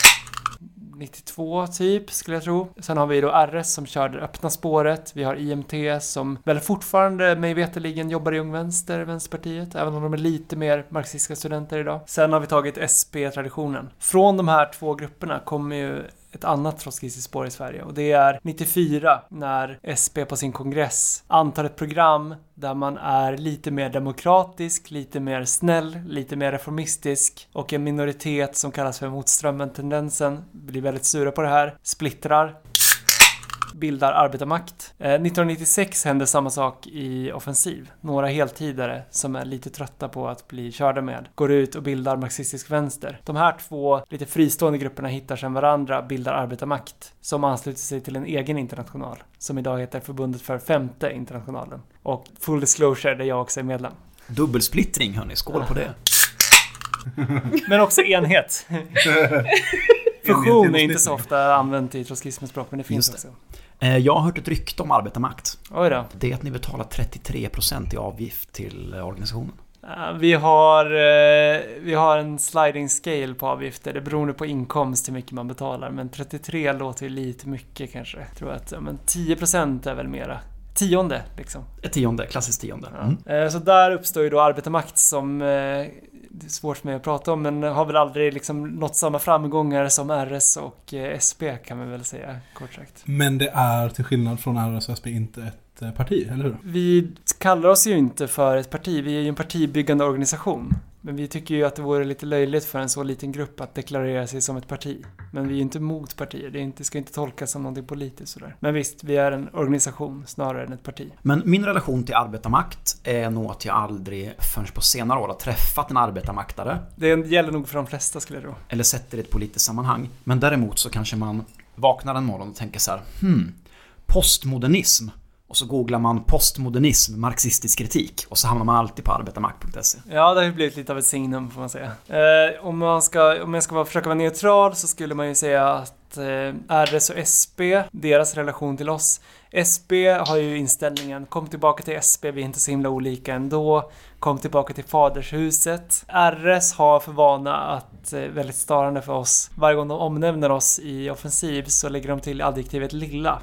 Speaker 1: 92 typ, skulle jag tro. Sen har vi då RS som körde öppna spåret. Vi har IMT som väl fortfarande, mig veterligen, jobbar i Ung Vänster, Vänsterpartiet, även om de är lite mer marxistiska studenter idag. Sen har vi tagit SP-traditionen. Från de här 2 grupperna kommer ju ett annat trotskistiskt spår i Sverige, och det är 94 när SP på sin kongress antar ett program där man är lite mer demokratisk, lite mer snäll, lite mer reformistisk, och en minoritet som kallas för motströmmen-tendensen blir väldigt sura på det här, splittrar, bildar arbetarmakt. 1996 hände samma sak i Offensiv. Några heltidare som är lite trötta på att bli körda med går ut och bildar marxistisk vänster. De här 2 lite fristående grupperna hittar sedan varandra, bildar arbetarmakt, som ansluter sig till en egen international som idag heter Förbundet för 5:e internationalen. Och full disclosure, där jag också är medlem.
Speaker 2: Dubbelsplittring, hörni, skål på det.
Speaker 1: Men också enhet. Fusion är inte så ofta använt i trotskismens språk, men det finns också.
Speaker 2: Jag har hört ett rykte om arbetarmakt.
Speaker 1: Oj då.
Speaker 2: Det är att ni betalar 33% i avgift till organisationen.
Speaker 1: Vi har en sliding scale på avgifter. Det beror på inkomst hur mycket man betalar. Men 33 låter ju lite mycket kanske. Jag tror att 10% är väl mera. 10:e liksom.
Speaker 2: Ett 10:e, klassiskt 10:e.
Speaker 1: Ja. Så där uppstår ju då arbetarmakt som det är svårt för mig att prata om, men har väl aldrig liksom nått samma framgångar som RS och SP, kan man väl säga, kort sagt.
Speaker 3: Men det är till skillnad från RS och SP inte ett parti, eller hur?
Speaker 1: Vi kallar oss ju inte för ett parti, vi är ju en partibyggande organisation. Men vi tycker ju att det vore lite löjligt för en så liten grupp att deklarera sig som ett parti. Men vi är ju inte mot partier. Det ska inte tolkas som någonting politiskt sådär. Men visst, vi är en organisation snarare än ett parti.
Speaker 2: Men min relation till arbetarmakt är nog att jag aldrig förrän på senare år har träffat en arbetarmaktare.
Speaker 1: Det gäller nog för de flesta, skulle jag tro.
Speaker 2: Eller sätter det i ett politiskt sammanhang. Men däremot så kanske man vaknar en morgon och tänker så här: postmodernism. Och så googlar man postmodernism, marxistisk kritik. Och så hamnar man alltid på arbetarmakt.se.
Speaker 1: Ja, det har ju blivit lite av ett signum, får man säga. Om jag ska försöka vara neutral så skulle man ju säga att RS och SP, deras relation till oss. SP har ju inställningen: kom tillbaka till SP, vi är inte så himla olika ändå. Kom tillbaka till fadershuset. RS har för vana att väldigt störande för oss. Varje gång de omnämner oss i offensiv så lägger de till adjektivet lilla.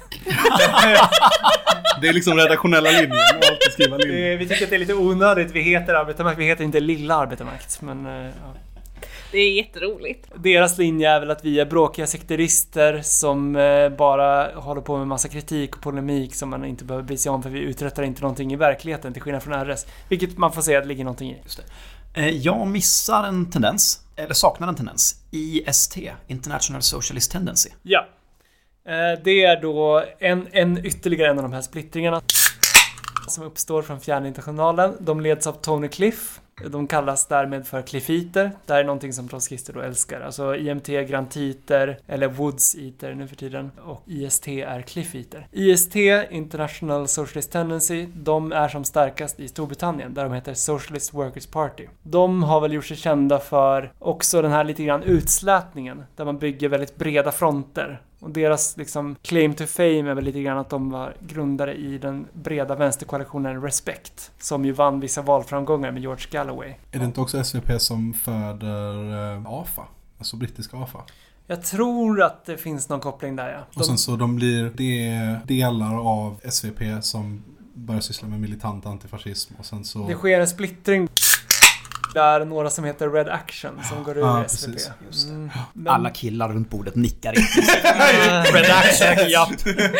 Speaker 3: Det är liksom redaktionella linjen. Alltid skriva linjer.
Speaker 1: Vi tycker att det är lite onödigt. Vi heter arbetarmakt, vi heter inte lilla arbetarmakt. Men ja.
Speaker 6: Det är jätteroligt.
Speaker 1: Deras linje är väl att vi är bråkiga sekterister som bara håller på med massa kritik och polemik som man inte behöver bry sig om, för vi uträttar inte någonting i verkligheten till skillnad från RS. Vilket man får säga att det ligger någonting i. Just
Speaker 2: det. Jag missar en tendens, eller saknar en tendens, IST, International Socialist Tendency.
Speaker 1: Ja. Det är då ytterligare en av de här splittringarna som uppstår från Fjärde Internationalen. De leds av Tony Cliff. De kallas därmed för cliffiter. Det här är någonting som trotskister då älskar. Alltså IMT grantiter eller Woods-iter nu för tiden. Och IST är cliffiter. IST, International Socialist Tendency, de är som starkast i Storbritannien där de heter Socialist Workers Party. De har väl gjort sig kända för också den här lite grann utslätningen där man bygger väldigt breda fronter. Och deras liksom claim to fame är väl lite grann att de var grundare i den breda vänsterkoalitionen Respect, som ju vann vissa valframgångar med George Galloway.
Speaker 3: Är det inte också SVP som föder AFA? Alltså brittiska AFA?
Speaker 1: Jag tror att det finns någon koppling där, ja.
Speaker 3: Och sen så de blir delar av SVP som börjar syssla med militant antifascism och sen så...
Speaker 1: Det sker en splittring. Det är några som heter Red Action som går ur SVP.
Speaker 2: Just det. Men... Alla killar runt bordet nickar inte.
Speaker 1: Red Action, ja.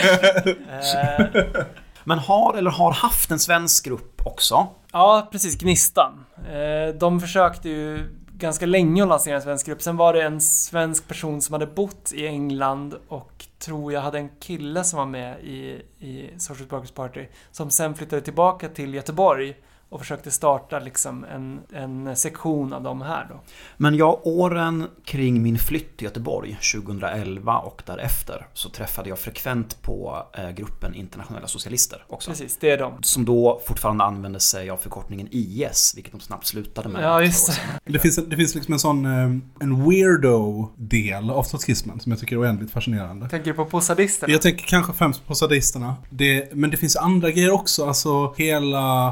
Speaker 2: Men har haft en svensk grupp också.
Speaker 1: Ja, precis. Gnistan. De försökte ju ganska länge att lansera en svensk grupp. Sen var det en svensk person som hade bott i England och tror jag hade en kille som var med i Socialist Workers Party som sen flyttade tillbaka till Göteborg och försökte starta liksom en sektion av de här då.
Speaker 2: Men åren kring min flytt till Göteborg 2011 och därefter så träffade jag frekvent på gruppen Internationella Socialister också.
Speaker 1: Precis, det är de.
Speaker 2: Som då fortfarande använde sig av förkortningen IS, vilket de snabbt slutade med.
Speaker 1: Ja, just det.
Speaker 3: Det finns liksom en sån en weirdo-del av trotskismen som jag tycker är oändligt fascinerande.
Speaker 1: Tänker du på possadisterna?
Speaker 3: Jag tänker kanske främst på possadisterna. Men det finns andra grejer också, alltså hela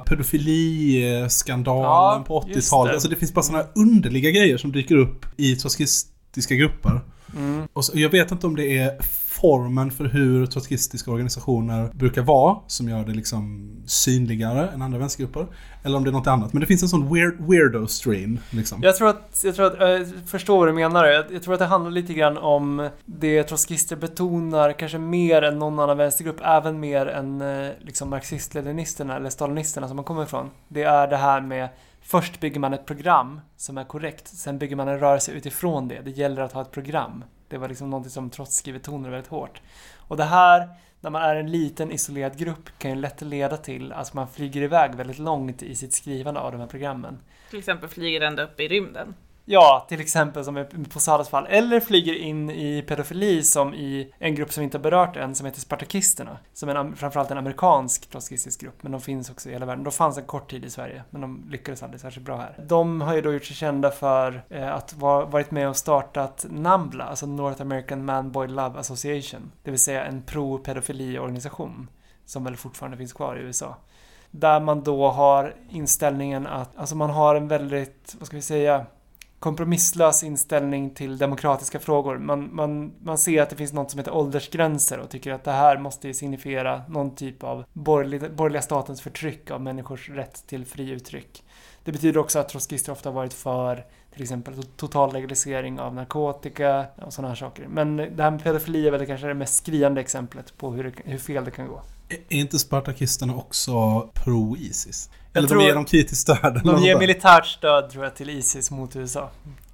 Speaker 3: pedofili-skandalen på 80-talet. Alltså det finns bara såna underliga grejer som dyker upp i trotskistiska grupper. Och så, jag vet inte om det är formen för hur trotskistiska organisationer brukar vara som gör det liksom synligare än andra vänstergrupper, eller om det är något annat. Men det finns en sån weirdo strain liksom.
Speaker 1: Jag tror att jag förstår vad du menar. Jag tror att det handlar lite grann om det trotskister betonar kanske mer än någon annan vänstergrupp, även mer än liksom marxist-leninisterna eller stalinisterna som man kommer ifrån. Det är det här med först bygger man ett program som är korrekt, sen bygger man en rörelse utifrån det. Det gäller att ha ett program. Det var liksom någonting som Trotskij betonade väldigt hårt. Och det här, när man är en liten isolerad grupp, kan ju lätt leda till att man flyger iväg väldigt långt i sitt skrivande av de här programmen.
Speaker 6: Till exempel flyger ända upp i rymden.
Speaker 1: Ja, till exempel som i Posadas fall. Eller flyger in i pedofili som i en grupp som inte har berört än, som heter Spartakisterna. Som är framförallt en amerikansk trotskistisk grupp, men de finns också i hela världen. De fanns en kort tid i Sverige, men de lyckades aldrig särskilt bra här. De har ju då gjort sig kända för att varit med och startat NAMBLA, alltså North American Man-Boy Love Association. Det vill säga en pro-pedofili-organisation som väl fortfarande finns kvar i USA. Där man då har inställningen att, alltså man har en väldigt, vad ska vi säga, kompromisslös inställning till demokratiska frågor. Man ser att det finns något som heter åldersgränser och tycker att det här måste signifiera någon typ av borgerliga statens förtryck av människors rätt till fri uttryck. Det betyder också att trotskister ofta har varit för till exempel total legalisering av narkotika och sådana här saker. Men det här med pedofili är väl kanske det mest skriande exemplet på hur fel det kan gå.
Speaker 3: Är inte spartakisterna också pro-ISIS?
Speaker 1: Jag
Speaker 3: Eller
Speaker 1: tror
Speaker 3: de ger dem kritiskt stöd?
Speaker 1: De ger militärt stöd tror jag till ISIS mot USA.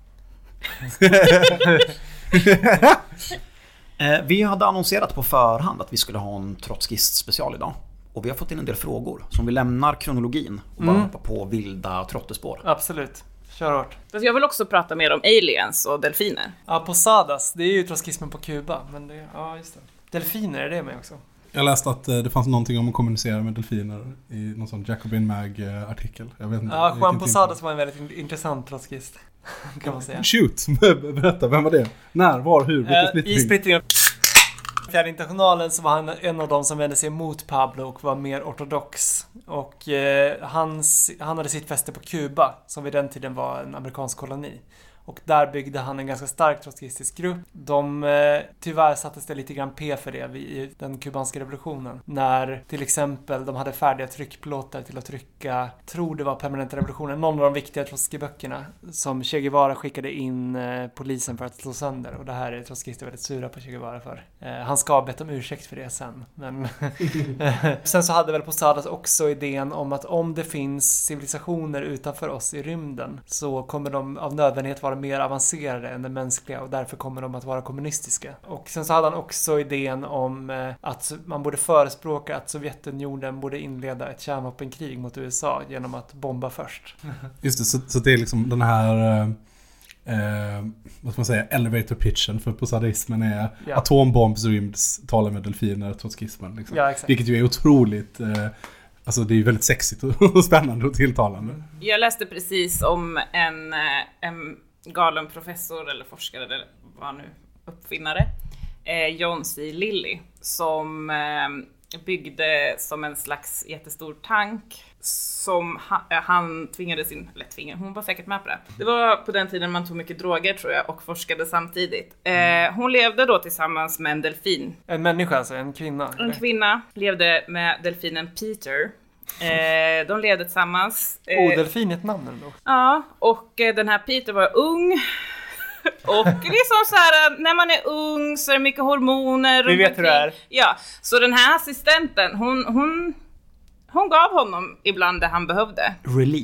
Speaker 2: Vi hade annonserat på förhand att vi skulle ha en trotskist-special idag. Och vi har fått in en del frågor som vi lämnar kronologin och bara hoppar på vilda trottespår.
Speaker 1: Absolut. Kör hårt.
Speaker 6: Jag vill också prata mer om aliens och delfiner.
Speaker 1: Ja, Posadas. Det är ju trotskismen på Kuba. Men det, ja, just det. Delfiner är det med också.
Speaker 3: Jag läste att det fanns någonting om att kommunicera med delfiner i någon sån Jacobin Mag-artikel. Jag vet inte.
Speaker 1: Ja, Juan Posadas var en väldigt intressant trotskist. Kan man säga.
Speaker 3: Shoot! Berätta, vem var det? När, var, hur, vilken splittring?
Speaker 1: I splittringen Fjärde internationalen så var han en av dem som vände sig mot Pablo och var mer ortodox. Och han hade sitt fäste på Kuba, som vid den tiden var en amerikansk koloni. Och där byggde han en ganska stark trotskistisk grupp. Tyvärr sattes det lite grann P för det i den kubanska revolutionen. När till exempel de hade färdiga tryckplåtar till att trycka, tror det var permanenta revolutionen, någon av de viktiga trotskiböckerna som Che Guevara skickade in polisen för att slå sönder. Och det här är trotskister väldigt sura på Che Guevara för. Han ska ha bett om ursäkt för det sen. Men sen så hade väl Posadas också idén om att om det finns civilisationer utanför oss i rymden så kommer de av nödvändighet vara mer avancerade än det mänskliga och därför kommer de att vara kommunistiska. Och sen så hade han också idén om att man borde förespråka att Sovjetunionen borde inleda ett kärnvapenkrig mot USA genom att bomba först.
Speaker 3: Just det, så det är liksom den här vad ska man säga, elevator pitchen för posadismen är atombombs rymds, tala med delfiner, trotskismen liksom.
Speaker 1: Ja, exakt.
Speaker 3: Vilket ju är otroligt alltså det är ju väldigt sexigt och spännande och tilltalande.
Speaker 6: Jag läste precis om en galen professor eller forskare eller vad nu, uppfinnare, John C. Lilly, som byggde som en slags jättestor tank som han hon var säkert med på det. Det var på den tiden man tog mycket droger tror jag och forskade samtidigt. Hon levde då tillsammans med en delfin.
Speaker 1: En människa alltså, en kvinna?
Speaker 6: En kvinna levde med delfinen Peter. De levde tillsammans.
Speaker 1: Delfin är ett namn ändå.
Speaker 6: Ja, och den här Peter var ung. Och liksom så här, när man är ung så är det mycket hormoner.
Speaker 1: Vi vet hur det är.
Speaker 6: Ja, så den här assistenten, hon gav honom ibland det han behövde.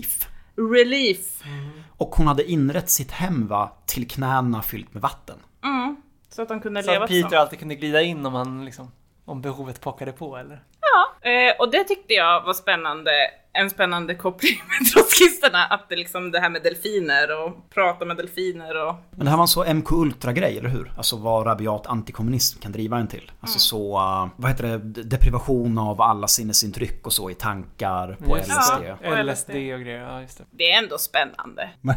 Speaker 6: Relief.
Speaker 2: Och hon hade inrett sitt hem till knäna fyllt med vatten.
Speaker 6: Så att han kunde
Speaker 1: så
Speaker 6: leva
Speaker 1: att Peter alltid kunde glida in om han liksom, om behovet pockade på, eller?
Speaker 6: Ja, och det tyckte jag var spännande. En spännande koppling med trotskisterna. Att det liksom det här med delfiner och prata med delfiner och...
Speaker 2: Men det här var en så MK Ultra-grej, eller hur? Alltså vad rabiat antikommunism kan driva en till. Alltså så, vad heter det? Deprivation av alla sinnesintryck och så i tankar på LSD.
Speaker 1: Ja, LSD och grejer, ja just det.
Speaker 6: Det är ändå spännande.
Speaker 3: Men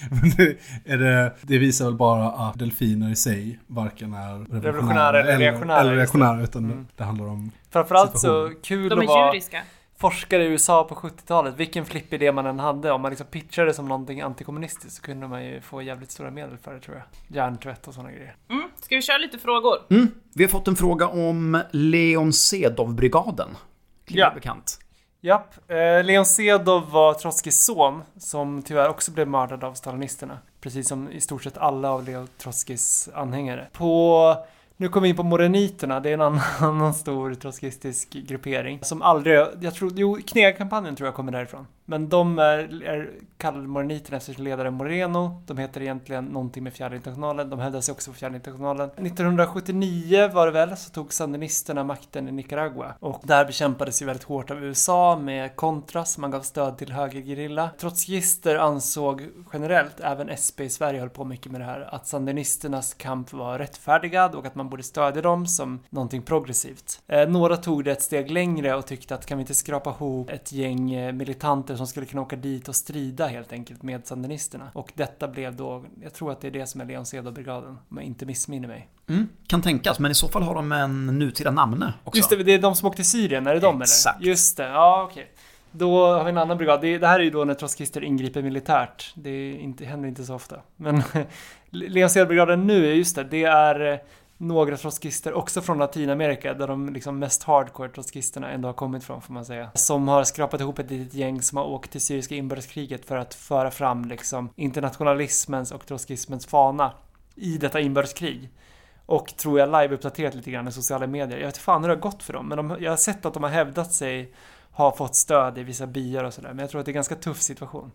Speaker 3: det visar väl bara att delfiner i sig varken är
Speaker 1: revolutionära eller
Speaker 3: reaktionära utan det handlar om
Speaker 1: framförallt så kul
Speaker 6: de är
Speaker 1: att vara
Speaker 6: djuriska.
Speaker 1: Forskare i USA på 70-talet. Vilken flipp idé man än hade. Om man liksom pitchade det som någonting antikommunistiskt så kunde man ju få jävligt stora medel för det, tror jag. Hjärntvätt och sådana grejer.
Speaker 6: Ska vi köra lite frågor?
Speaker 2: Vi har fått en fråga om Leon Sedov-brigaden. Klingar bekant.
Speaker 1: Japp. Leon Sedov var Trotskijs son som tyvärr också blev mördad av stalinisterna. Precis som i stort sett alla av Leo Trotskijs anhängare. Nu kommer vi in på moreniterna. Det är en annan stor trotskistisk gruppering som aldrig, Knega-kampanjen tror jag kommer därifrån. Men de är kallade moreniterna efter sin ledare Moreno. De heter egentligen någonting med Fjärde internationalen. De hävdade sig också på Fjärde internationalen. 1979 var det väl, så tog sandinisterna makten i Nicaragua. Och där bekämpades ju väldigt hårt av USA med Contras. Man gav stöd till högergerilla. Trotskister ansåg generellt, även SP i Sverige höll på mycket med det här, att sandinisternas kamp var rättfärdigad och att man borde stödja dem som någonting progressivt. Några tog det ett steg längre och tyckte att kan vi inte skrapa ihop ett gäng militanter som skulle kunna åka dit och strida helt enkelt med sandinisterna. Och detta blev då, jag tror att det är det som är Leon Sedov-brigaden, om jag inte missminner mig.
Speaker 2: Kan tänkas, men i så fall har de en nutida namne också.
Speaker 1: Just det är de som åkte till Syrien, är det de
Speaker 2: Exakt.
Speaker 1: Eller? Just det, ja okej. Då har vi en annan brigad. Det här är ju då när trotskister ingriper militärt. Det händer inte så ofta. Men Leon Sedov-brigaden nu är just det är några trotskister också från Latinamerika där de liksom mest hardcore trotskisterna ändå har kommit från, får man säga. Som har skrapat ihop ett litet gäng som har åkt till syriska inbördeskriget för att föra fram liksom internationalismens och trotskismens fana i detta inbördeskrig. Och tror jag live-uppdaterat lite grann i sociala medier. Jag vet inte fan hur det har gått för dem. Men jag har sett att de har hävdat sig, har fått stöd i vissa byar och sådär. Men jag tror att det är en ganska tuff situation.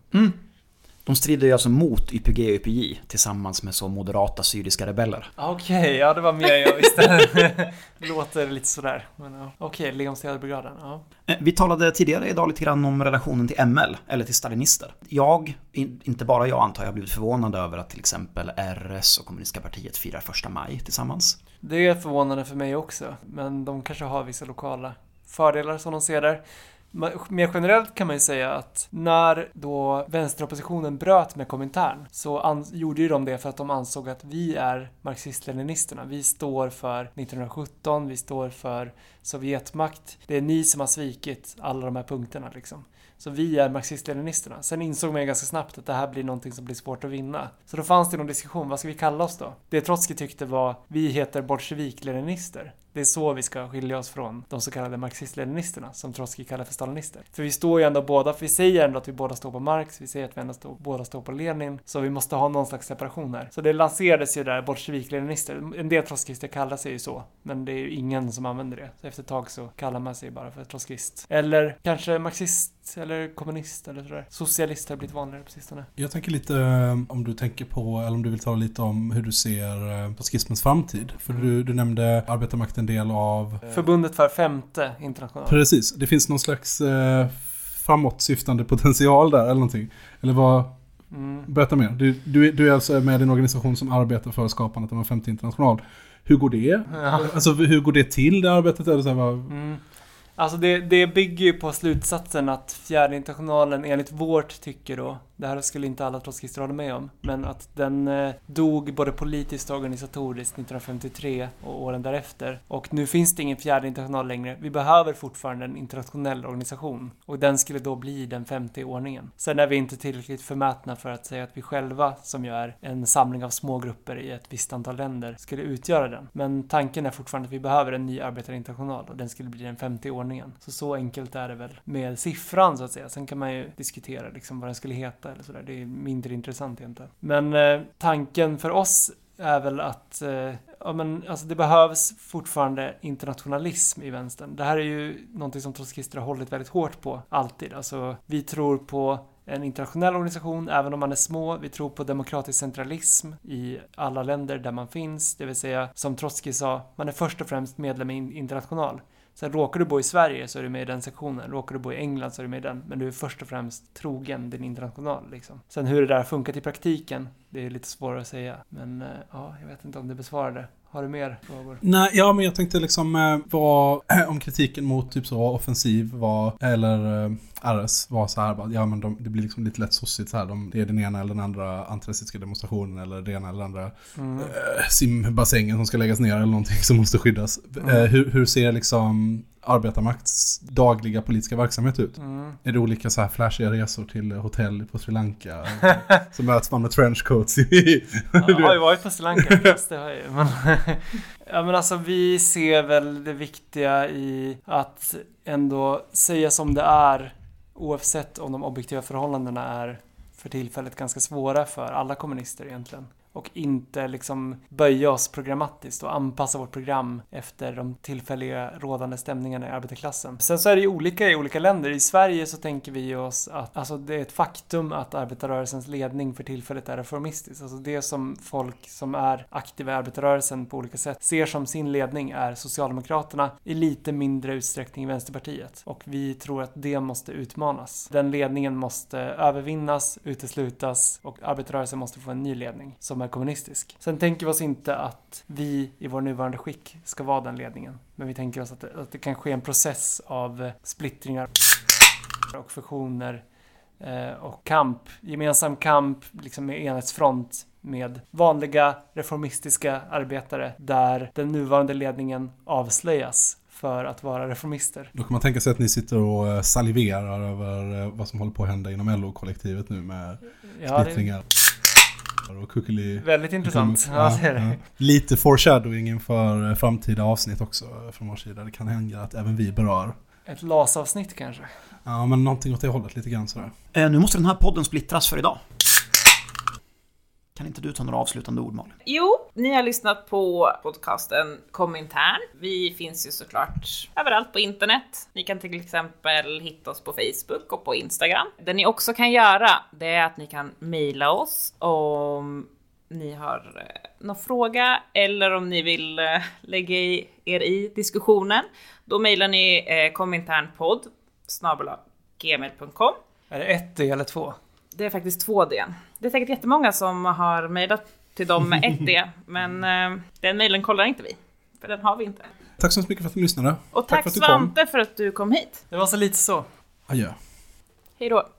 Speaker 2: De strider ju alltså mot YPG och YPJ tillsammans med så moderata syriska rebeller.
Speaker 1: Okej, ja det var mer jag visste. Det låter lite sådär. Men ja. Okej, Leonstedarbrigaden. Ja.
Speaker 2: Vi talade tidigare idag lite grann om relationen till ML, eller till stalinister. Inte bara jag antar, jag har blivit förvånad över att till exempel RS och Kommunistiska partiet firar 1 maj tillsammans.
Speaker 1: Det är förvånande för mig också. Men de kanske har vissa lokala fördelar som de ser där. Mer generellt kan man ju säga att när då vänsteroppositionen bröt med Komintern så gjorde ju de det för att de ansåg att vi är marxist-leninisterna. Vi står för 1917, vi står för Sovjetmakt. Det är ni som har svikit alla de här punkterna liksom. Så vi är marxist-leninisterna. Sen insåg man ju ganska snabbt att det här blir någonting som blir svårt att vinna. Så då fanns det någon diskussion, vad ska vi kalla oss då? Det Trotsky tyckte var, vi heter bolsjevik-leninister. Det är så vi ska skilja oss från de så kallade marxist-leninisterna som Trotsky kallar för stalinister. För vi står ju ändå båda, för vi säger ändå att vi båda står på Marx, vi säger att vi ändå båda står på Lenin, så vi måste ha någon slags separation här. Så det lanserades ju där bolsjevik-leninister. En del trotskister kallar sig ju så, men det är ju ingen som använder det. Så efter ett tag så kallar man sig bara för trotskist. Eller kanske marxist eller kommunist eller sådär. Socialist har blivit vanligare på sistone.
Speaker 3: Jag tänker lite om du tänker på, eller om du vill tala lite om hur du ser trotskismens framtid. För du nämnde arbetarmakten del av
Speaker 1: Förbundet för 5:e internationalen.
Speaker 3: Precis, det finns någon slags framåtsyftande potential där eller någonting. Eller vad? Berätta mer. Du är alltså med i en organisation som arbetar för skapandet av en 5:e international. Hur går det?
Speaker 1: Ja.
Speaker 3: Alltså hur går det till det arbetet? Eller så här,
Speaker 1: Alltså det bygger ju på slutsatsen att 4:e internationalen enligt vårt tycke då, det här skulle inte alla trotskister hålla med om, men att den dog både politiskt och organisatoriskt 1953 och åren därefter. Och nu finns det ingen 4:e international längre. Vi behöver fortfarande en internationell organisation. Och den skulle då bli den 50:e ordningen. Sen är vi inte tillräckligt förmätna för att säga att vi själva, som ju är en samling av små grupper i ett visst antal länder, skulle utgöra den. Men tanken är fortfarande att vi behöver en ny arbetarinternational och den skulle bli den 50:e ordningen. Så enkelt är det väl med siffran så att säga. Sen kan man ju diskutera liksom vad den skulle heta eller sådär. Det är mindre intressant egentligen. Men tanken för oss är väl att alltså det behövs fortfarande internationalism i vänstern. Det här är ju någonting som trotskister har hållit väldigt hårt på alltid. Alltså vi tror på en internationell organisation även om man är små. Vi tror på demokratisk centralism i alla länder där man finns. Det vill säga, som Trotsky sa, man är först och främst medlem i international. Sen råkar du bo i Sverige så är du med i den sektionen. Råkar du bo i England så är du med i den. Men du är först och främst trogen din international liksom. Sen hur det där funkar i praktiken, det är lite svårare att säga. Men ja, jag vet inte om det besvarade. Har du mer frågor?
Speaker 3: Nej, ja, men jag tänkte liksom om kritiken mot typ så offensiv var, eller RS var så här, ja men det blir liksom lite lätt sossigt så här, det är den ena eller den andra antirasistiska demonstrationen eller det ena eller andra simbassängen som ska läggas ner eller någonting som måste skyddas. Hur ser liksom arbetarmakts dagliga politiska verksamhet ut? Är det olika så här flashiga resor till hotell på Sri Lanka så möts man med trenchcoats
Speaker 1: Jag har ju varit på Sri Lanka det har jag ju, men ja, men alltså vi ser väl det viktiga i att ändå säga som det är, oavsett om de objektiva förhållandena är för tillfället ganska svåra för alla kommunister egentligen. Och inte liksom böja oss programmatiskt och anpassa vårt program efter de tillfälliga rådande stämningarna i arbetarklassen. Sen så är det ju olika i olika länder. I Sverige så tänker vi oss att alltså det är ett faktum att arbetarrörelsens ledning för tillfället är reformistisk. Alltså det som folk som är aktiva i arbetarrörelsen på olika sätt ser som sin ledning är Socialdemokraterna, i lite mindre utsträckning Vänsterpartiet. Och vi tror att det måste utmanas. Den ledningen måste övervinnas, uteslutas och arbetarrörelsen måste få en ny ledning som är kommunistisk. Sen tänker vi oss inte att vi i vår nuvarande skick ska vara den ledningen. Men vi tänker oss att det kan ske en process av splittringar och fusioner och kamp, gemensam kamp liksom med enhetsfront med vanliga reformistiska arbetare där den nuvarande ledningen avslöjas för att vara reformister.
Speaker 3: Då kan man tänka sig att ni sitter och saliverar över vad som håller på att hända inom LO-kollektivet nu med splittringar. Och kuckeli.
Speaker 1: Väldigt intressant.
Speaker 3: Ja. Lite foreshadowing inför framtida avsnitt också från vår sida. Det kan hända att även vi berör.
Speaker 1: Ett LAS-avsnitt kanske?
Speaker 3: Ja, men någonting åt det hållet lite grann sådär.
Speaker 2: Nu måste den här podden splittras för idag. Kan inte du ta några avslutande ord, Malin?
Speaker 6: Jo, ni har lyssnat på podcasten Komintern. Vi finns ju såklart överallt på internet. Ni kan till exempel hitta oss på Facebook och på Instagram. Det ni också kan göra, det är att ni kan mejla oss om ni har någon fråga eller om ni vill lägga er i diskussionen. Då mejlar ni kominternpodd@gmail.com.
Speaker 1: Är det 1D eller 2?
Speaker 6: Det är faktiskt 2D. Det är säkert jättemånga som har mejlat till dem med 1D, men den mejlen kollar inte vi, för den har vi inte.
Speaker 3: Tack så mycket för att ni lyssnade.
Speaker 6: Och tack
Speaker 3: för att du
Speaker 6: Svante för att du kom hit.
Speaker 1: Det var så lite så.
Speaker 3: Adjö.
Speaker 6: Hej då.